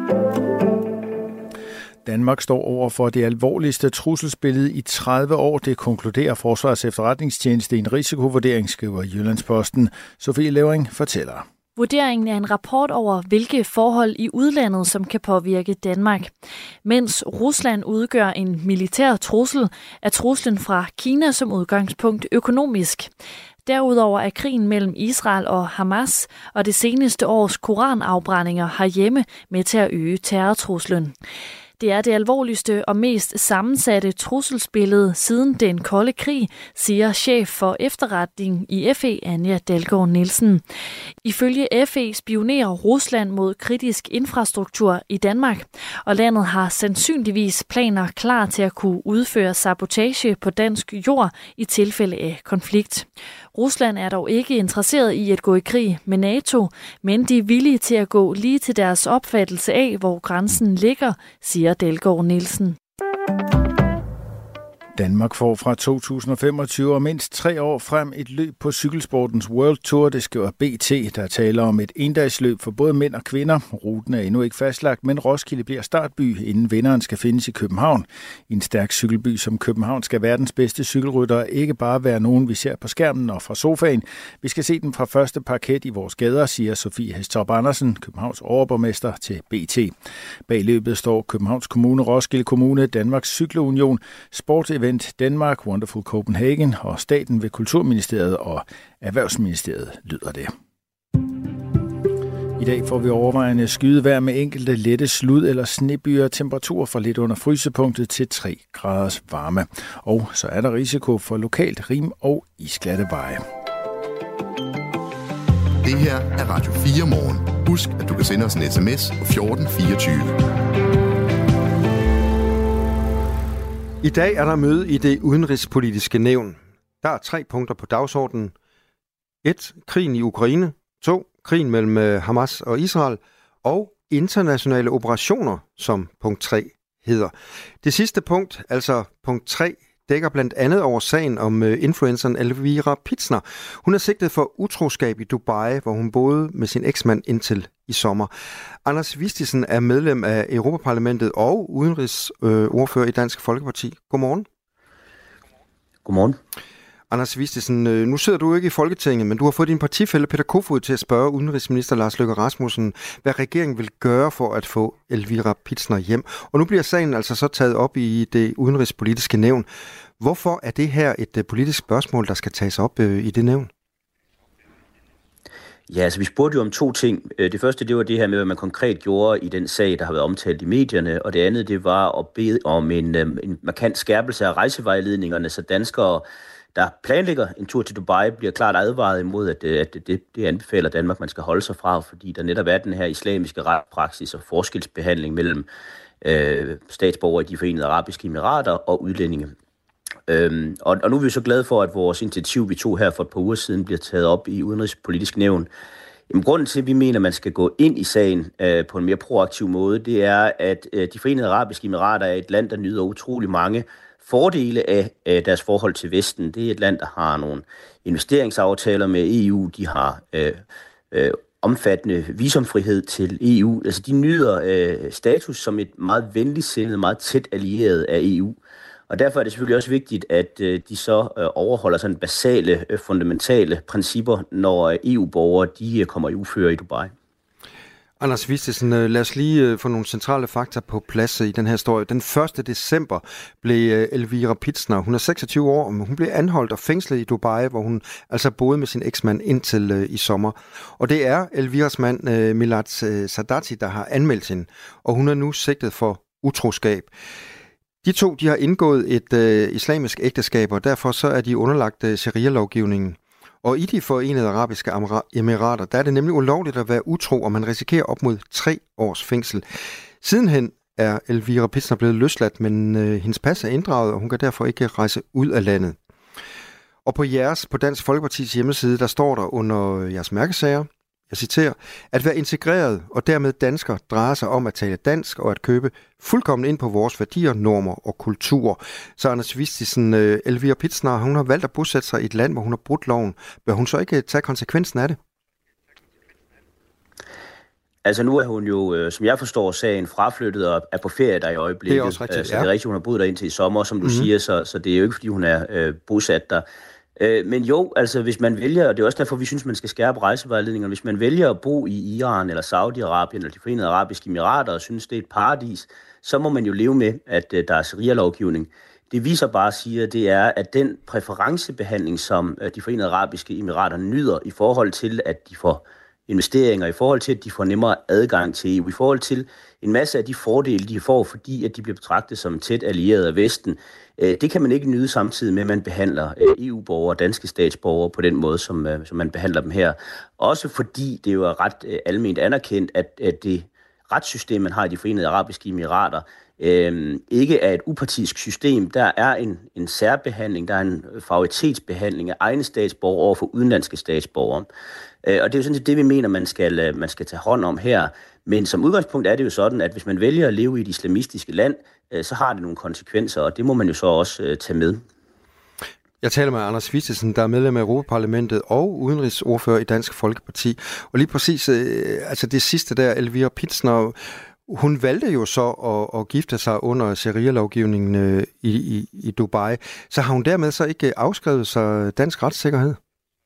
Danmark står over for det alvorligste trusselsbillede i 30 år. Det konkluderer Forsvarets Efterretningstjeneste i en risikovurdering, skriver Jyllandsposten. Sofie Levering fortæller. Vurderingen er en rapport over, hvilke forhold i udlandet, som kan påvirke Danmark. Mens Rusland udgør en militær trussel, er truslen fra Kina som udgangspunkt økonomisk. Derudover er krigen mellem Israel og Hamas og det seneste års koranafbrændinger herhjemme med til at øge terrortruslen. Det er det alvorligste og mest sammensatte trusselsbillede siden den kolde krig, siger chef for efterretning i FE, Anja Dalgaard Nielsen. Ifølge FE spionerer Rusland mod kritisk infrastruktur i Danmark, og landet har sandsynligvis planer klar til at kunne udføre sabotage på dansk jord i tilfælde af konflikt. Rusland er dog ikke interesseret i at gå i krig med NATO, men de er villige til at gå lige til deres opfattelse af, hvor grænsen ligger, siger Dalgaard Nielsen. Danmark får fra 2025 og mindst 3 år frem et løb på cykelsportens World Tour, det skriver BT, der taler om et endagsløb for både mænd og kvinder. Ruten er endnu ikke fastlagt, men Roskilde bliver startby, inden vinderen skal findes i København. I en stærk cykelby som København skal verdens bedste cykelryttere ikke bare være nogen, vi ser på skærmen og fra sofaen. Vi skal se dem fra første parket i vores gader, siger Sofie Hestop Andersen, Københavns overborgmester, til BT. Bag løbet står Københavns Kommune, Roskilde Kommune, Danmarks Cykleunion, Sportsevent Danmark, Wonderful Copenhagen og staten ved Kulturministeriet og Erhvervsministeriet, lyder det. I dag får vi overvejende skydevejr med enkelte lette slud- eller snebyer, temperaturer fra lidt under frysepunktet til 3 graders varme. Og så er der risiko for lokalt rim- og isglatte veje. Det her er Radio 4 morgen. Husk, at du kan sende os en sms på 1424. I dag er der møde i det udenrigspolitiske nævn. Der er 3 punkter på dagsordenen. 1. Krigen i Ukraine. 2. Krigen mellem Hamas og Israel. Og internationale operationer som punkt 3 hedder. Det sidste punkt, altså punkt 3, dækker blandt andet over sagen om influenceren Elvira Pitzner. Hun er sigtet for utroskab i Dubai, hvor hun boede med sin eksmand indtil i sommer. Anders Vistisen er medlem af Europaparlamentet og udenrigsordfører i Dansk Folkeparti. Godmorgen. Godmorgen. Anders Vistisen, nu sidder du ikke i Folketinget, men du har fået din partifælle Peter Kofod til at spørge udenrigsminister Lars Løkke Rasmussen, hvad regeringen vil gøre for at få Elvira Pitzner hjem. Og nu bliver sagen altså så taget op i det udenrigspolitiske nævn. Hvorfor er det her et politisk spørgsmål, der skal tages op i det nævn? Ja, altså vi spurgte jo om 2 ting. Det første, det var det her med, hvad man konkret gjorde i den sag, der har været omtalt i medierne. Og det andet, det var at bede om en markant skærpelse af rejsevejledningerne, så danskere, der planlægger en tur til Dubai, bliver klart advaret imod, at det anbefaler Danmark, man skal holde sig fra, fordi der netop er den her islamiske retspraksis og forskelsbehandling mellem statsborgere i de Forenede Arabiske Emirater og udlændinge. Og nu er vi så glade for, at vores initiativ, vi tog her for et par uger siden, bliver taget op i Udenrigspolitisk Nævn. Jamen, grunden til, at vi mener, at man skal gå ind i sagen på en mere proaktiv måde, det er, at de Forenede Arabiske Emirater er et land, der nyder utrolig mange fordele af deres forhold til Vesten. Det er et land, der har nogle investeringsaftaler med EU, de har omfattende visumfrihed til EU. Altså, de nyder status som et meget venligsindet, meget tæt allieret af EU. Og derfor er det selvfølgelig også vigtigt, at de så overholder sådan basale, fundamentale principper, når EU-borgere de kommer i uføre i Dubai. Anders Vistisen, lad os lige få nogle centrale fakta på plads i den her historie. Den 1. december blev Elvira Pitzner, hun er 26 år, men hun blev anholdt og fængslet i Dubai, hvor hun altså boede med sin eksmand indtil i sommer. Og det er Elviras mand, Milad Sadati, der har anmeldt hende, og hun er nu sigtet for utroskab. De 2 de har indgået et islamisk ægteskab, og derfor så er de underlagt sharia-lovgivningen. Og i de Forenede Arabiske Emirater, der er det nemlig ulovligt at være utro, og man risikerer op mod 3 års fængsel. Sidenhen er Elvira Pitzner blevet løsladt, men hendes pas er inddraget, og hun kan derfor ikke rejse ud af landet. Og på Dansk Folkepartis hjemmeside, der står der under jeres mærkesager, jeg citerer, at være integreret og dermed dansker drejer sig om at tale dansk og at købe fuldkommen ind på vores værdier, normer og kultur. Så Anders Vistisen, Elvira Pitzner, hun har valgt at bosætte sig i et land, hvor hun har brudt loven. Bør hun så ikke tage konsekvensen af det? Altså nu er hun jo, som jeg forstår sagen, fraflyttet og er på ferie der i øjeblikket. Det er også rigtigt, så det er rigtigt, hun har boet der indtil i sommer, som du siger, så det er jo ikke, fordi hun er bosat der. Men jo, altså hvis man vælger, og det er også derfor, vi synes, man skal skærpe rejsevejledninger, hvis man vælger at bo i Iran eller Saudi-Arabien eller de Forenede Arabiske Emirater og synes, det er et paradis, så må man jo leve med, at der er sharia-lovgivning. Det viser bare at sige, det er, at den præferencebehandling, som de Forenede Arabiske Emirater nyder i forhold til, at de får investeringer, i forhold til, at de får nemmere adgang til EU, i forhold til en masse af de fordele, de får, fordi at de bliver betragtet som tæt allieret af Vesten. Det kan man ikke nyde samtidig med, at man behandler EU-borgere og danske statsborgere på den måde, som man behandler dem her. Også fordi det jo er ret alment anerkendt, at det retssystem, man har i de Forenede Arabiske Emirater, ikke er et upartisk system. Der er en særbehandling, der er en favoritetsbehandling af egne statsborgere over for udenlandske statsborgere. Og det er jo sådan set det, vi mener, man skal tage hånd om her. Men som udgangspunkt er det jo sådan, at hvis man vælger at leve i et islamistisk land, så har det nogle konsekvenser, og det må man jo så også tage med. Jeg taler med Anders Vistisen, der er medlem af Europaparlamentet og udenrigsordfører i Dansk Folkeparti. Og lige præcis, altså det sidste der, Elvira Pitzner, hun valgte jo så at gifte sig under sharia-lovgivningen i Dubai. Så har hun dermed så ikke afskrevet sig dansk retssikkerhed?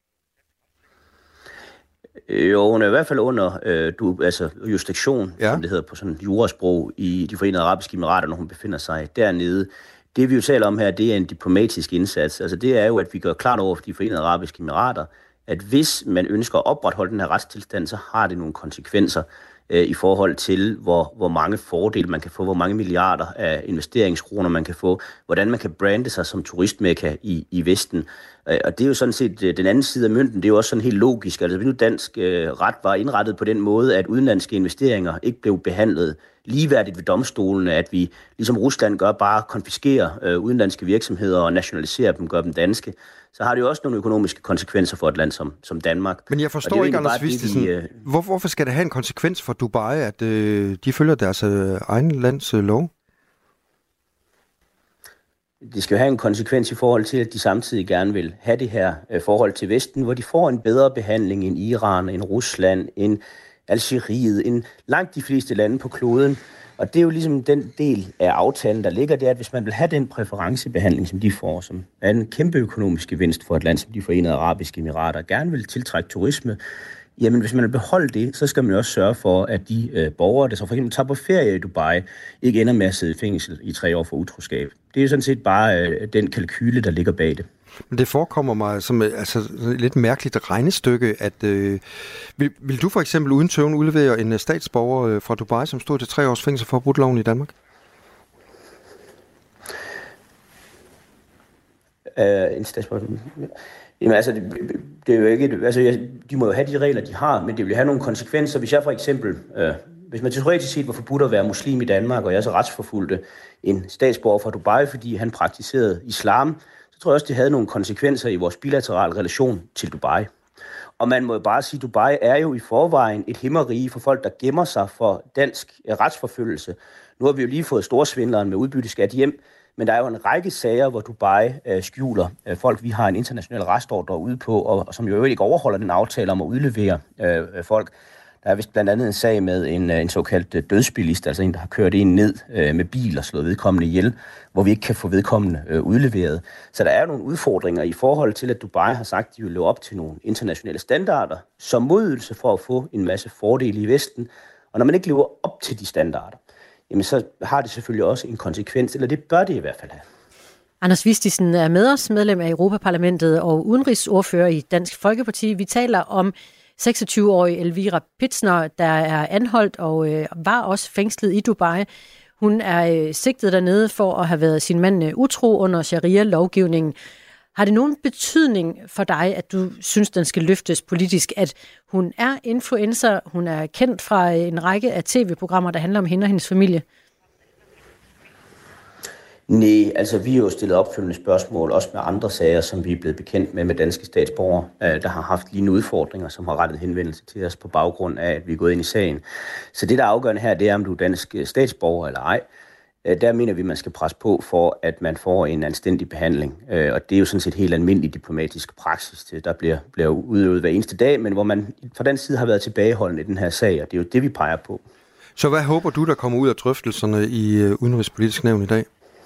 Jo, hun er i hvert fald under jurisdiktion, som det hedder på sådan jurasprog, i de Forenede Arabiske Emirater, når hun befinder sig dernede. Det vi jo taler om her, det er en diplomatisk indsats. Altså det er jo, at vi gør klart over for de Forenede Arabiske Emirater, at hvis man ønsker at opretholde den her retstilstand, så har det nogle konsekvenser i forhold til, hvor mange fordele man kan få, hvor mange milliarder af investeringskroner man kan få, hvordan man kan brande sig som turistmekka i Vesten. Og det er jo sådan set den anden side af mønten, det er jo også sådan helt logisk. Altså hvis nu dansk ret var indrettet på den måde, at udenlandske investeringer ikke blev behandlet ligeværdigt ved domstolene, at vi, ligesom Rusland gør, bare konfiskerer udenlandske virksomheder og nationaliserer dem, gør dem danske, så har det jo også nogle økonomiske konsekvenser for et land som Danmark. Men jeg forstår ikke, Anders Vistisen, hvorfor skal det have en konsekvens for Dubai, at de følger deres egen lands lov? det skal jo have en konsekvens i forhold til, at de samtidig gerne vil have det her forhold til Vesten, hvor de får en bedre behandling end Iran, end Rusland, end Algeriet, end langt de fleste lande på kloden. Og det er jo ligesom den del af aftalen, der ligger der, at hvis man vil have den præferencebehandling, som de får, som er en kæmpe økonomisk gevinst for et land som de Forenede Arabiske Emirater, gerne vil tiltrække turisme, jamen hvis man vil beholde det, så skal man også sørge for, at de borgere, der så for eksempel tager på ferie i Dubai, ikke ender med at sidde i fængsel i 3 år for utroskab. Det er jo sådan set bare den kalkyle, der ligger bag det. Men det forekommer mig som et lidt mærkeligt regnestykke, at vil du for eksempel uden tøven udlevere en statsborger fra Dubai, som stod til 3 års fængsel for at bruge loven i Danmark? En statsborger? Jamen altså, det er jo ikke... Altså, de må jo have de regler, de har, men det vil have nogle konsekvenser. Hvis jeg for eksempel... Hvis man teoretisk set var forbudt at være muslim i Danmark, og jeg så retsforfulgte en statsborger fra Dubai, fordi han praktiserede islam, så tror jeg også, det havde nogle konsekvenser i vores bilaterale relation til Dubai. Og man må jo bare sige, at Dubai er jo i forvejen et himmerige for folk, der gemmer sig for dansk retsforfølgelse. Nu har vi jo lige fået storsvindleren med udbytteskat hjem, men der er jo en række sager, hvor Dubai skjuler folk, vi har en international retsordre ude på, og som jo ikke overholder den aftale om at udlevere folk. Der er vist blandt andet en sag med en såkaldt dødsbilist, altså en, der har kørt en ned med bil og slået vedkommende ihjel, hvor vi ikke kan få vedkommende udleveret. Så der er nogle udfordringer i forhold til, at Dubai har sagt, at de vil leve op til nogle internationale standarder som modydelse for at få en masse fordele i Vesten. Og når man ikke lever op til de standarder, jamen så har det selvfølgelig også en konsekvens, eller det bør det i hvert fald have. Anders Vistisen er med os, medlem af Europaparlamentet og udenrigsordfører i Dansk Folkeparti. Vi taler om 26-årige Elvira Pitzner, der er anholdt og var også fængslet i Dubai. Hun er sigtet dernede for at have været sin mand utro under sharia-lovgivningen. Har det nogen betydning for dig, at du synes, den skal løftes politisk, at hun er influencer, hun er kendt fra en række af tv-programmer, der handler om hende og hendes familie? Nej, altså vi har jo stillet opfølgende spørgsmål, også med andre sager, som vi er blevet bekendt med danske statsborgere, der har haft lignende udfordringer, som har rettet henvendelse til os på baggrund af, at vi er gået ind i sagen. Så det, der er afgørende her, det er, om du er dansk statsborger eller ej. Der mener vi, at man skal presse på for, at man får en anstændig behandling. Og det er jo sådan set helt almindelig diplomatisk praksis, der bliver udøvet hver eneste dag, men hvor man fra den side har været tilbageholdende i den her sag, og det er jo det, vi peger på. Så hvad håber du, der kommer ud af drøftelserne i Udenrigspolitisk Nævn i dag?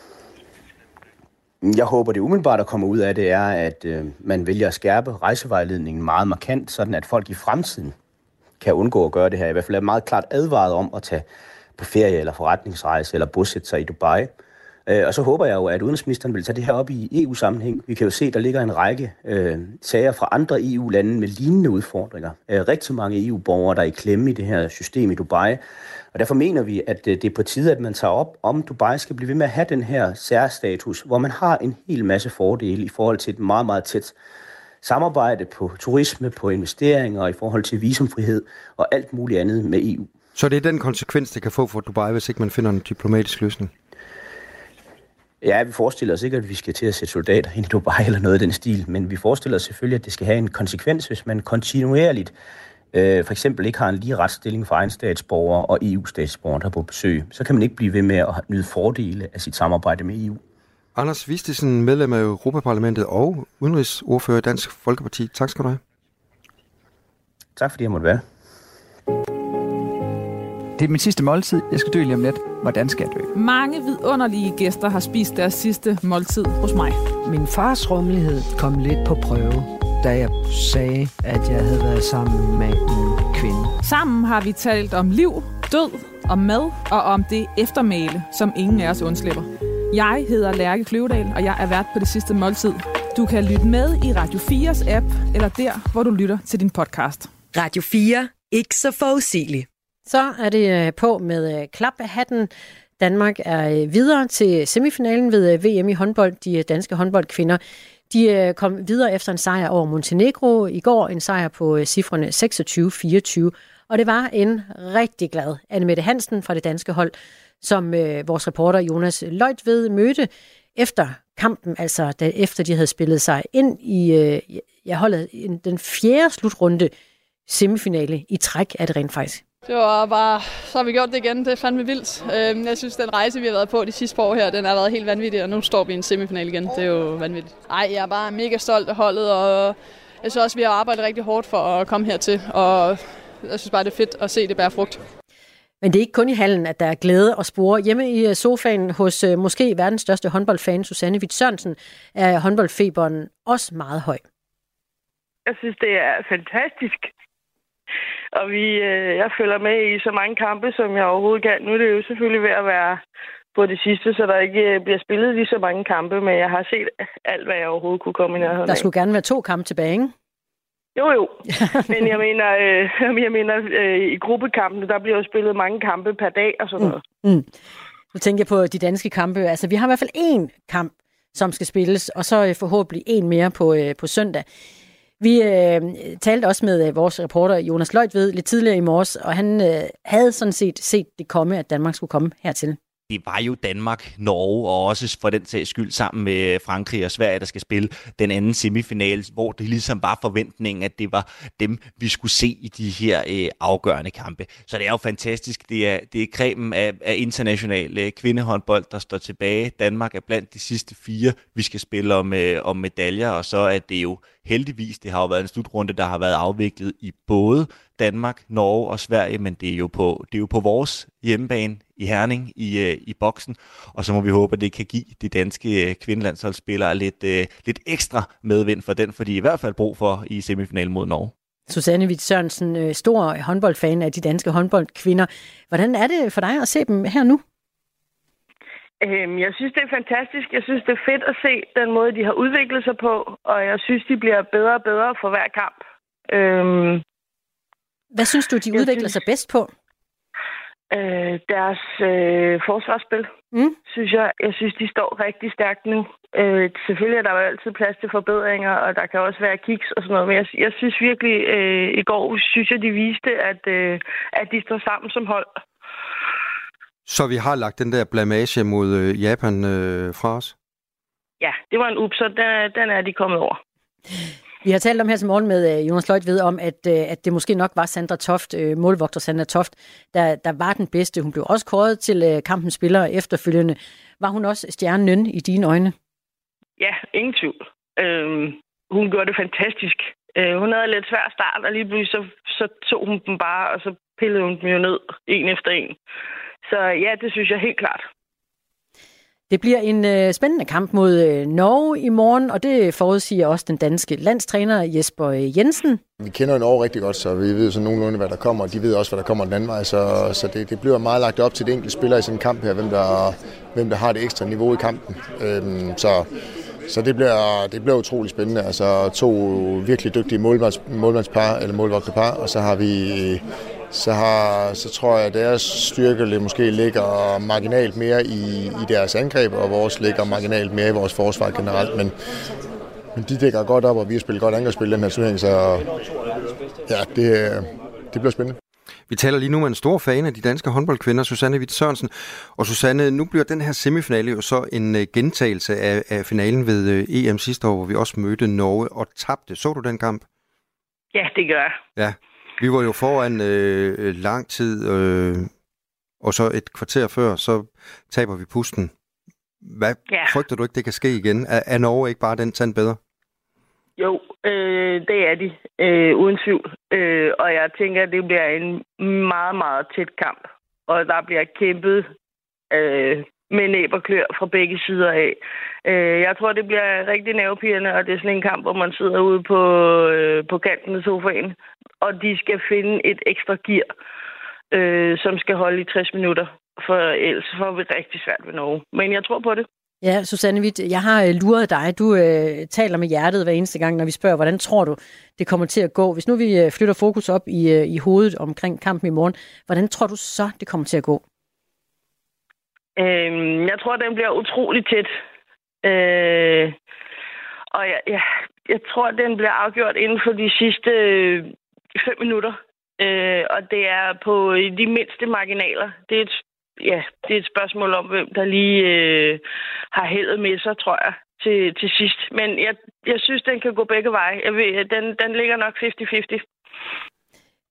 Jeg håber, det umiddelbart, der kommer ud af det, er, at man vælger at skærpe rejsevejledningen meget markant, sådan at folk i fremtiden kan undgå at gøre det her. I hvert fald er meget klart advaret om at tage på ferie eller forretningsrejse eller bosætte sig i Dubai. Og så håber jeg jo, at udenrigsministeren vil tage det her op i EU-sammenhæng. Vi kan jo se, at der ligger en række sager fra andre EU-lande med lignende udfordringer. Rigtig mange EU-borgere, der er i klemme i det her system i Dubai. Og derfor mener vi, at det er på tide, at man tager op, om Dubai skal blive ved med at have den her særstatus, hvor man har en hel masse fordele i forhold til et meget, meget tæt samarbejde på turisme, på investeringer, i forhold til visumfrihed og alt muligt andet med EU. Så det er den konsekvens, det kan få for Dubai, hvis ikke man finder en diplomatisk løsning? Ja, vi forestiller os ikke, at vi skal til at sætte soldater ind i Dubai eller noget af den stil, men vi forestiller os selvfølgelig, at det skal have en konsekvens, hvis man kontinuerligt for eksempel ikke har en lige retsstilling for egen statsborger og EU-statsborger, der er på besøg. Så kan man ikke blive ved med at nyde fordele af sit samarbejde med EU. Anders Vistisen, medlem af Europaparlamentet og udenrigsordfører i Dansk Folkeparti. Tak skal du have. Tak fordi jeg måtte være. Det er min sidste måltid. Jeg skal dø lige om lidt. Hvordan skal jeg dø? Mange vidunderlige gæster har spist deres sidste måltid hos mig. Min fars rummelighed kom lidt på prøve, da jeg sagde, at jeg havde været sammen med en kvinde. Sammen har vi talt om liv, død, om mad og om det eftermæle, som ingen af os undslipper. Jeg hedder Lærke Kløvedal, og jeg er vært på Det Sidste Måltid. Du kan lytte med i Radio 4's app, eller der, hvor du lytter til din podcast. Radio 4. Ikke så forudsigeligt. Så er det på med klaphatten. Danmark er videre til semifinalen ved VM i håndbold. De danske håndboldkvinder, de kom videre efter en sejr over Montenegro i går. En sejr på cifrene 26-24. Og det var en rigtig glad Anne-Mette Hansen fra det danske hold, som vores reporter Jonas Løjtved mødte efter kampen, altså efter de havde spillet sig ind i holdet den 4. slutrunde semifinale i træk, er det rent faktisk. Det var bare, så har vi gjort det igen. Det er fandme vildt. Jeg synes, den rejse, vi har været på de sidste par år her, den har været helt vanvittig, og nu står vi i en semifinal igen. Det er jo vanvittigt. Ej, jeg er bare mega stolt af holdet, og jeg synes også, vi har arbejdet rigtig hårdt for at komme hertil, og jeg synes bare, det er fedt at se det bære frugt. Men det er ikke kun i hallen, at der er glæde og spore. Hjemme i sofaen hos måske verdens største håndboldfan, Susanne Witt Sørensen, er håndboldfeberen også meget høj. Jeg synes, det er fantastisk. Og jeg følger med i så mange kampe, som jeg overhovedet kan. Nu er det jo selvfølgelig ved at være på det sidste, så der ikke bliver spillet lige så mange kampe, men jeg har set alt, hvad jeg overhovedet kunne komme i nærheden af. Der skulle gerne være 2 kampe tilbage, ikke? Jo. Men jeg mener i gruppekampene, der bliver jo spillet mange kampe per dag og sådan noget. Nu tænker jeg på de danske kampe. Altså, vi har i hvert fald 1 kamp, som skal spilles, og så forhåbentlig 1 mere på søndag. Vi talte også med vores reporter Jonas Løjtved lidt tidligere i morges, og han havde sådan set det komme, at Danmark skulle komme hertil. Det var jo Danmark, Norge og også for den sags skyld sammen med Frankrig og Sverige, der skal spille den anden semifinale, hvor det ligesom var forventningen, at det var dem, vi skulle se i de her afgørende kampe. Så det er jo fantastisk. Det er cremen af international kvindehåndbold, der står tilbage. Danmark er blandt de sidste 4, vi skal spille om medaljer, og så er det jo heldigvis, det har jo været en slutrunde, der har været afviklet i både Danmark, Norge og Sverige, men det er jo på vores hjemmebane i Herning i boksen, og så må vi håbe, at det kan give de danske kvindelandsholdsspillere lidt ekstra medvind for den, for de er i hvert fald brug for i semifinalen mod Norge. Susanne Witt Sørensen, stor håndboldfan af de danske håndboldkvinder. Hvordan er det for dig at se dem her nu? Jeg synes, det er fantastisk. Jeg synes, det er fedt at se den måde, de har udviklet sig på, og jeg synes, de bliver bedre og bedre for hver kamp. Hvad synes du, de udvikler sig bedst på? Deres forsvarsspil, synes jeg. Jeg synes, de står rigtig stærkt nu. Selvfølgelig er der jo altid plads til forbedringer, og der kan også være kiks og sådan noget, men jeg synes virkelig, i går synes jeg, de viste, at de står sammen som hold. Så vi har lagt den der blamage mod Japan fra os? Ja, det var en ups, så den er de kommet over. Vi har talt om her til morgen med Jonas Løjtved om, at det måske nok var Sandra Toft, målvogter Sandra Toft, der var den bedste. Hun blev også kåret til kampens spiller efterfølgende. Var hun også stjernen i dine øjne? Ja, ingen tvivl. Hun gjorde det fantastisk. Hun havde lidt svær start, og lige pludselig så tog hun dem bare, og så pillede hun dem jo ned, en efter en. Så ja, det synes jeg helt klart. Det bliver en spændende kamp mod Norge i morgen, og det forudsiger også den danske landstræner Jesper Jensen. Vi kender Norge rigtig godt, så vi ved så nogenlunde, hvad der kommer, og de ved også, hvad der kommer den anden vej. Så det bliver meget lagt op til de enkelte spillere i sådan en kamp her, hvem der har det ekstra niveau i kampen. Så det bliver utrolig spændende. Altså 2 virkelig dygtige målmandspar, eller målvogterpar, og så har vi... Så tror jeg, at deres styrke måske ligger marginalt mere i deres angreb, og vores ligger marginalt mere i vores forsvar generelt. Men de dækker godt op, og vi har spillet godt angrebsspil den her turnering, så ja, det bliver spændende. Vi taler lige nu med en stor fan af de danske håndboldkvinder, Susanne Witt Sørensen. Og Susanne, nu bliver den her semifinale jo så en gentagelse af finalen ved EM sidste år, hvor vi også mødte Norge og tabte. Så du den kamp? Ja, det gør jeg. Ja. Vi var jo foran lang tid, og så et kvarter før, så taber vi pusten. Hvad frygter du ikke, det kan ske igen? Er Norge ikke bare den tand bedre? Jo, det er de, uden tvivl. Og jeg tænker, at det bliver en meget, meget tæt kamp. Og der bliver kæmpet med næb og klør fra begge sider af. Jeg tror, det bliver rigtig nervepirrende, og det er sådan en kamp, hvor man sidder ude på kanten af sofaen, og de skal finde et ekstra gear, som skal holde i 60 minutter, for ellers får vi rigtig svært ved Norge. Men jeg tror på det. Ja, Susanne Witt, jeg har luret dig. Du taler med hjertet hver eneste gang, når vi spørger, hvordan tror du, det kommer til at gå? Hvis nu vi flytter fokus op i hovedet omkring kampen i morgen, hvordan tror du så, det kommer til at gå? Jeg tror, den bliver utrolig tæt. Og jeg tror, den bliver afgjort inden for de sidste 5 minutter. Og det er på de mindste marginaler. Det er et spørgsmål om, hvem der lige har heldet med sig, tror jeg, til sidst. Men jeg synes, den kan gå begge veje. Den ligger nok 50-50.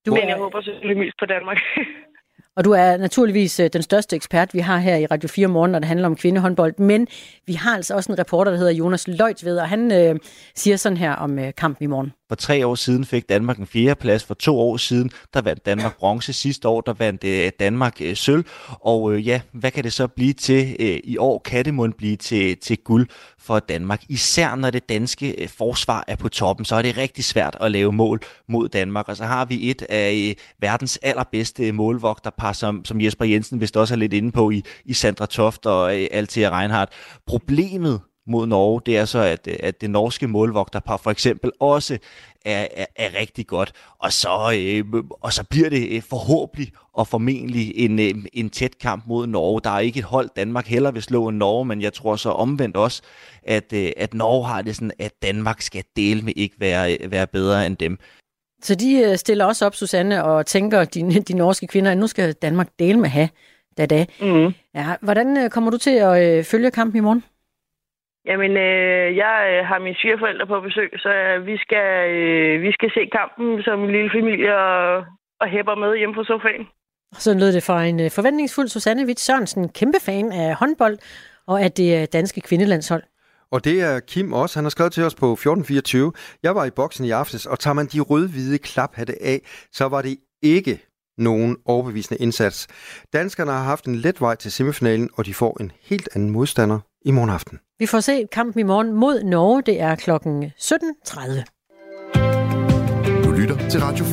Men jeg håber selvfølgelig mest på Danmark. Og du er naturligvis den største ekspert, vi har her i Radio 4 Morgen, når det handler om kvindehåndbold. Men vi har altså også en reporter, der hedder Jonas Løjtved, og han siger sådan her om kampen i morgen. For 3 år siden fik Danmark en 4. plads. For 2 år siden, der vandt Danmark bronze. Sidste år, der vandt Danmark sølv. Og hvad kan det så blive til i år? Kan det måske blive til guld for Danmark? Især når det danske forsvar er på toppen, så er det rigtig svært at lave mål mod Danmark. Og så har vi et af verdens allerbedste målvogterpar, som Jesper Jensen vist også er lidt inde på i Sandra Toft og Althea Reinhardt. Problemet mod Norge, det er så, at det norske målvogterpar for eksempel også er rigtig godt. Og så bliver det forhåbentlig og formentlig en tæt kamp mod Norge. Der er ikke et hold, Danmark hellere vil slå end Norge, men jeg tror så omvendt også, at Norge har det sådan, at Danmark skal dele med ikke være bedre end dem. Så de stiller også op, Susanne, og tænker, de norske kvinder, at nu skal Danmark dele med have. Ja, hvordan kommer du til at følge kampen i morgen? Jamen, jeg har mine svigerforældre på besøg, så vi skal se kampen som en lille familie og hæpper med hjemme på sofaen. Så lød det fra en forventningsfuld Susanne Witt Sørensen, kæmpe fan af håndbold og af det danske kvindelandshold. Og det er Kim også. Han har skrevet til os på 1424. Jeg var i boksen i aftes, og tager man de rød-hvide klaphatte af, så var det ikke nogen overbevisende indsats. Danskerne har haft en let vej til semifinalen, og de får en helt anden modstander i morgen aften. Vi får se kampen i morgen mod Norge. Det er klokken 17.30. Du lytter til Radio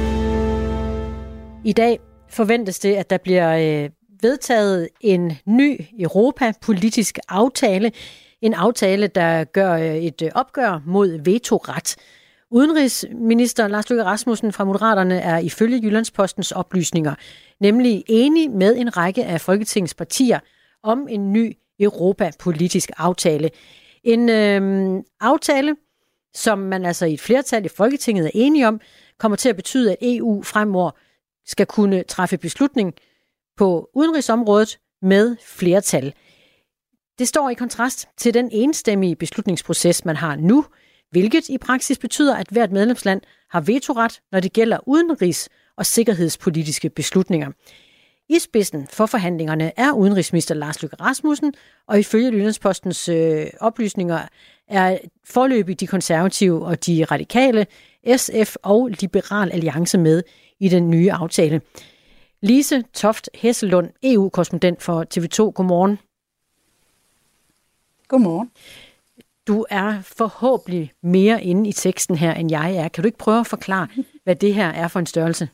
4. I dag forventes det, at der bliver vedtaget en ny europapolitisk aftale. En aftale, der gør et opgør mod vetoret. Udenrigsminister Lars Løkke Rasmussen fra Moderaterne er ifølge Jyllandspostens oplysninger nemlig enig med en række af Folketingets partier om en ny europapolitisk aftale. En aftale, som man altså i et flertal i Folketinget er enige om, kommer til at betyde, at EU fremover skal kunne træffe beslutning på udenrigsområdet med flertal. Det står i kontrast til den enstemmige beslutningsproces, man har nu, hvilket i praksis betyder, at hvert medlemsland har vetoret, når det gælder udenrigs- og sikkerhedspolitiske beslutninger. I spidsen for forhandlingerne er udenrigsminister Lars Løkke Rasmussen, og ifølge Jyllandspostens oplysninger er foreløbig de konservative og de radikale, SF og Liberal Alliance med i den nye aftale. Lise Toft Hesselund, EU-korrespondent for TV2. Godmorgen. Godmorgen. Du er forhåbentlig mere inde i teksten her, end jeg er. Kan du ikke prøve at forklare, hvad det her er for en størrelse?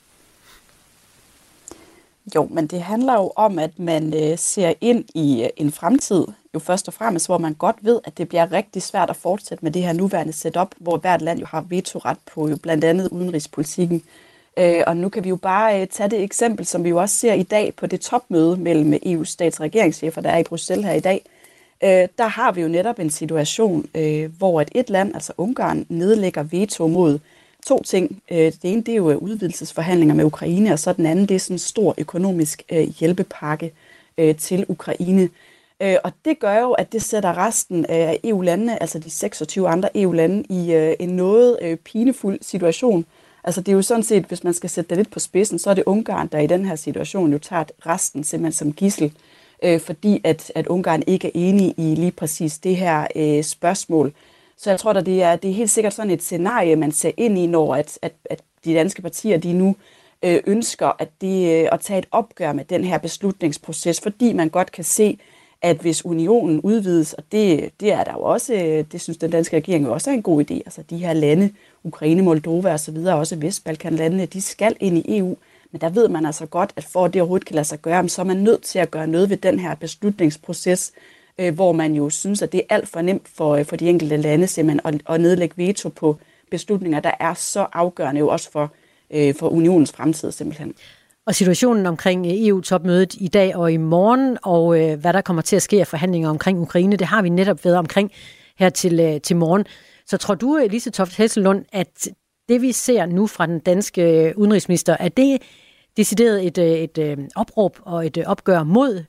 Jo, men det handler jo om, at man ser ind i en fremtid, jo først og fremmest, hvor man godt ved, at det bliver rigtig svært at fortsætte med det her nuværende setup, hvor hvert land jo har vetoret på jo blandt andet udenrigspolitikken. Og nu kan vi jo bare tage det eksempel, som vi jo også ser i dag på det topmøde mellem EU's stats- og regeringschefer, der er i Bruxelles her i dag. Der har vi jo netop en situation, hvor et land, altså Ungarn, nedlægger veto mod 2 ting. Det ene, det er jo udvidelsesforhandlinger med Ukraine, og så den anden, det er sådan en stor økonomisk hjælpepakke til Ukraine. Og det gør jo, at det sætter resten af EU-landene, altså de 26 andre EU-lande, i en noget pinefuld situation. Altså det er jo sådan set, hvis man skal sætte det lidt på spidsen, så er det Ungarn, der i den her situation jo tager resten simpelthen som gidsel, fordi at Ungarn ikke er enige i lige præcis det her spørgsmål. Så jeg tror, at det er helt sikkert sådan et scenarie, man ser ind i, når at de danske partier de nu ønsker at tage et opgør med den her beslutningsproces, fordi man godt kan se, at hvis unionen udvides, og det er der jo også, det synes den danske regering jo også er en god idé, altså de her lande, Ukraine, Moldova og så videre, også Vestbalkanlandene, de skal ind i EU, men der ved man altså godt, at for at det overhovedet kan lade sig gøre, så er man nødt til at gøre noget ved den her beslutningsproces, hvor man jo synes, at det er alt for nemt for de enkelte lande simpelthen at nedlægge veto på beslutninger, der er så afgørende jo også for unionens fremtid simpelthen. Og situationen omkring EU-topmødet i dag og i morgen, og hvad der kommer til at ske af forhandlinger omkring Ukraine, det har vi netop været omkring her til morgen. Så tror du, Lise Toft Hesselund, at det vi ser nu fra den danske udenrigsminister, er det decideret et opråb og et opgør mod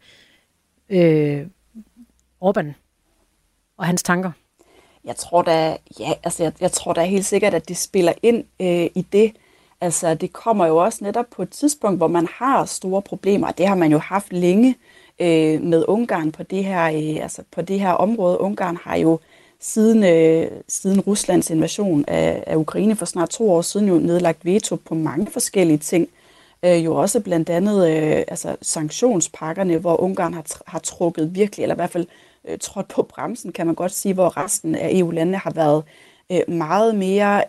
Orbán og hans tanker? Jeg tror da helt sikkert, at det spiller ind i det. Altså, det kommer jo også netop på et tidspunkt, hvor man har store problemer, og det har man jo haft længe med Ungarn på det her område. Ungarn har jo siden Ruslands invasion af Ukraine for snart 2 år siden jo nedlagt veto på mange forskellige ting. Jo også blandt andet sanktionspakkerne, hvor Ungarn har trukket virkelig, eller i hvert fald trådt på bremsen, kan man godt sige, hvor resten af EU-landene har været meget mere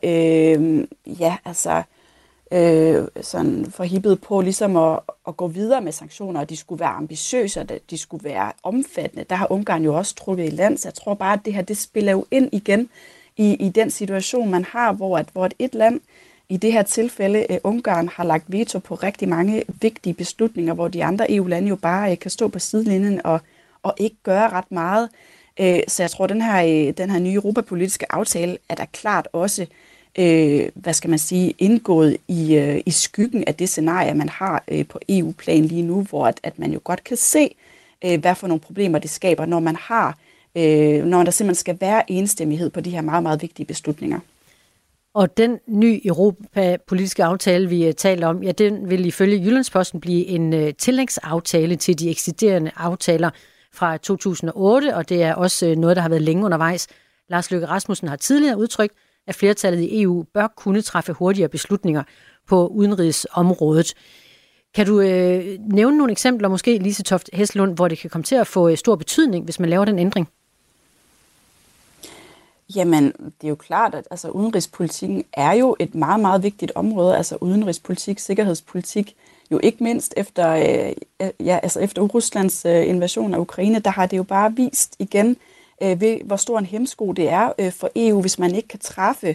sådan forhippet på ligesom at gå videre med sanktioner, og de skulle være ambitiøse, og de skulle være omfattende. Der har Ungarn jo også trukket i land, så jeg tror bare, at det her, det spiller jo ind igen i den situation, man har, hvor et land, i det her tilfælde Ungarn, har lagt veto på rigtig mange vigtige beslutninger, hvor de andre EU-lande jo bare kan stå på sidelinjen og ikke gøre ret meget. Så jeg tror, den her nye europapolitiske aftale er der klart også indgået i skyggen af det scenarie, man har på EU-plan lige nu, hvor at man jo godt kan se, hvad for nogle problemer det skaber, når der simpelthen skal være enstemmighed på de her meget, meget vigtige beslutninger. Og den nye europapolitiske aftale, vi taler om, ja, den vil ifølge Jyllandsposten blive en tillægsaftale til de eksisterende aftaler fra 2008, og det er også noget, der har været længe undervejs. Lars Løkke Rasmussen har tidligere udtrykt, at flertallet i EU bør kunne træffe hurtigere beslutninger på udenrigsområdet. Kan du nævne nogle eksempler, måske Lise Toft Hesselund, hvor det kan komme til at få stor betydning, hvis man laver den ændring? Jamen, det er jo klart, at udenrigspolitikken er jo et meget, meget vigtigt område. Altså udenrigspolitik, sikkerhedspolitik, jo ikke mindst efter Ruslands invasion af Ukraine, der har det jo bare vist igen, hvor stor en hæmsko det er for EU, hvis man ikke kan træffe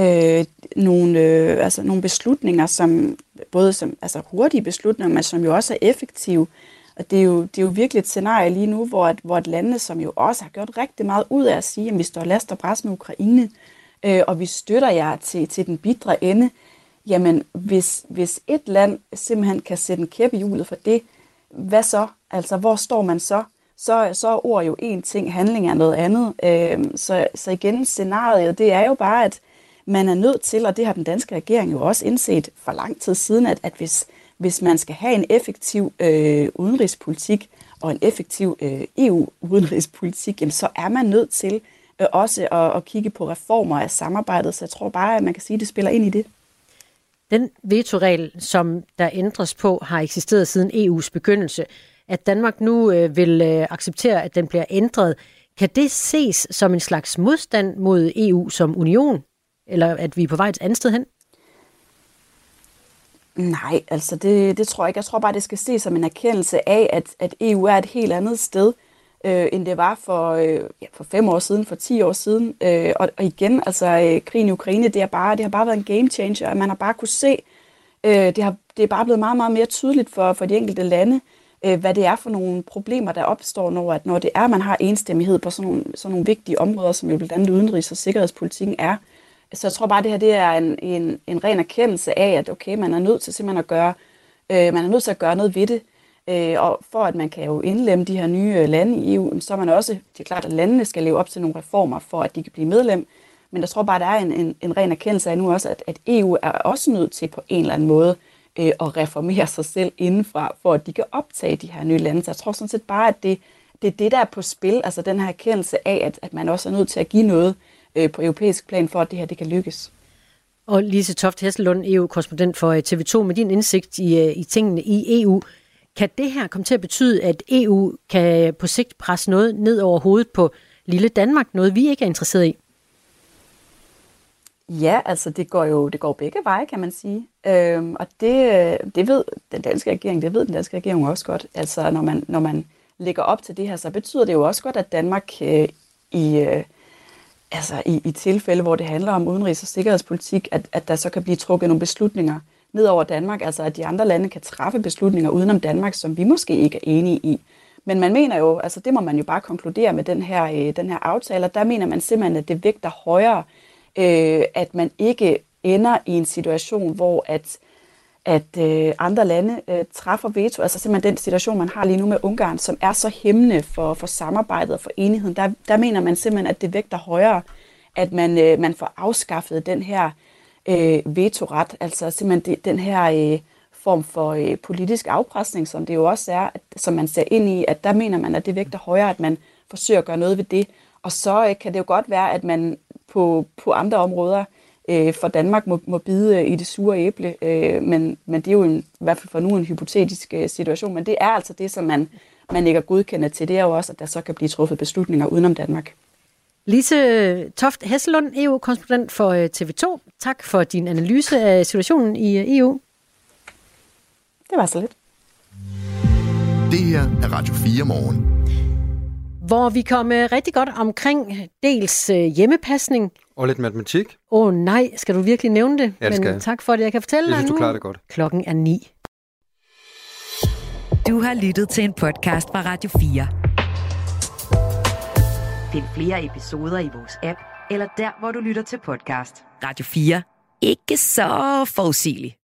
nogle beslutninger, som både hurtige beslutninger, men som jo også er effektive. Og det er jo virkelig et scenarie lige nu, hvor et lande, som jo også har gjort rigtig meget ud af at sige, at vi står last og bræst med Ukraine, og vi støtter jer til den bitre ende. Jamen, hvis et land simpelthen kan sætte en kæp i hjulet for det, hvad så? Altså, hvor står man så? Så er ord jo én ting, handling er noget andet. Så igen, scenariet, det er jo bare, at man er nødt til, og det har den danske regering jo også indset for lang tid siden, at hvis man skal have en effektiv udenrigspolitik og en effektiv EU-udenrigspolitik, jamen, så er man nødt til også at kigge på reformer af samarbejdet. Så jeg tror bare, at man kan sige, at det spiller ind i det. Den vetoregel, som der ændres på, har eksisteret siden EU's begyndelse. At Danmark nu vil acceptere, at den bliver ændret, kan det ses som en slags modstand mod EU som union? Eller at vi er på vej et andet sted hen? Nej, altså det tror jeg ikke. Jeg tror bare, det skal ses som en erkendelse af, at EU er et helt andet sted, end det var for 5 år siden, for 10 år siden. Og igen, krigen i Ukraine, det har bare været en game changer, at man har bare kunne se, det er bare blevet meget, meget mere tydeligt for de enkelte lande, hvad det er for nogle problemer, der opstår, når det er, man har enstemmighed på sådan nogle vigtige områder, som jo blandt andet udenrigs- og sikkerhedspolitikken er. Så jeg tror bare, det her det er en ren erkendelse af, at okay, man er nødt til simpelthen at gøre noget ved det. Og for at man kan jo indlemme de her nye lande i EU, så er man også, det er klart, at landene skal leve op til nogle reformer, for at de kan blive medlem. Men jeg tror bare, der er en ren erkendelse af nu også, at EU er også nødt til på en eller anden måde at reformere sig selv indenfra, for at de kan optage de her nye lande. Så jeg tror sådan set bare, at det er det, der er på spil, altså den her erkendelse af, at man også er nødt til at give noget på europæisk plan, for at det her det kan lykkes. Og Lise Toft Hesselund, EU-korrespondent for TV2, med din indsigt i tingene i EU, kan det her komme til at betyde, at EU kan på sigt presse noget ned over hovedet på lille Danmark, noget vi ikke er interesseret i? Ja, altså det går begge veje, kan man sige. Og det ved den danske regering, også godt. Altså når man lægger op til det her, så betyder det jo også godt, at Danmark i tilfælde, hvor det handler om udenrigs- og sikkerhedspolitik, at der så kan blive trukket nogle beslutninger ned over Danmark, altså at de andre lande kan træffe beslutninger udenom Danmark, som vi måske ikke er enige i. Men man mener jo, altså det må man jo bare konkludere med den her aftale, og der mener man simpelthen, at det vægter højere, at man ikke ender i en situation, hvor at andre lande træffer veto, altså simpelthen den situation, man har lige nu med Ungarn, som er så hæmmende for samarbejdet og for enigheden, der mener man simpelthen, at det vægter højere, at man får afskaffet den her vetoret, altså simpelthen den her form for politisk afpresning, som det jo også er, som man ser ind i, at der mener man, at det vægter højere, at man forsøger at gøre noget ved det. Og så kan det jo godt være, at man på andre områder for Danmark må bide i det sure æble, men det er jo i hvert fald for nu en hypotetisk situation, men det er altså det, som man ikke er godkendt til. Det er jo også, at der så kan blive truffet beslutninger udenom Danmark. Lise Toft Hesselund, EU-korrespondent for TV2. Tak for din analyse af situationen i EU. Det var så lidt. Det her er Radio 4 morgen. Hvor vi kom rigtig godt omkring dels hjemmepasning. Og lidt matematik. Nej, skal du virkelig nævne det? Ja, det skal Men tak for det, jeg kan fortælle dig nu. Jeg synes, du klarer det godt. Klokken er 9. Du har lyttet til en podcast fra Radio 4. Find flere episoder i vores app, eller der, hvor du lytter til podcast. Radio 4. Ikke så forudsigeligt.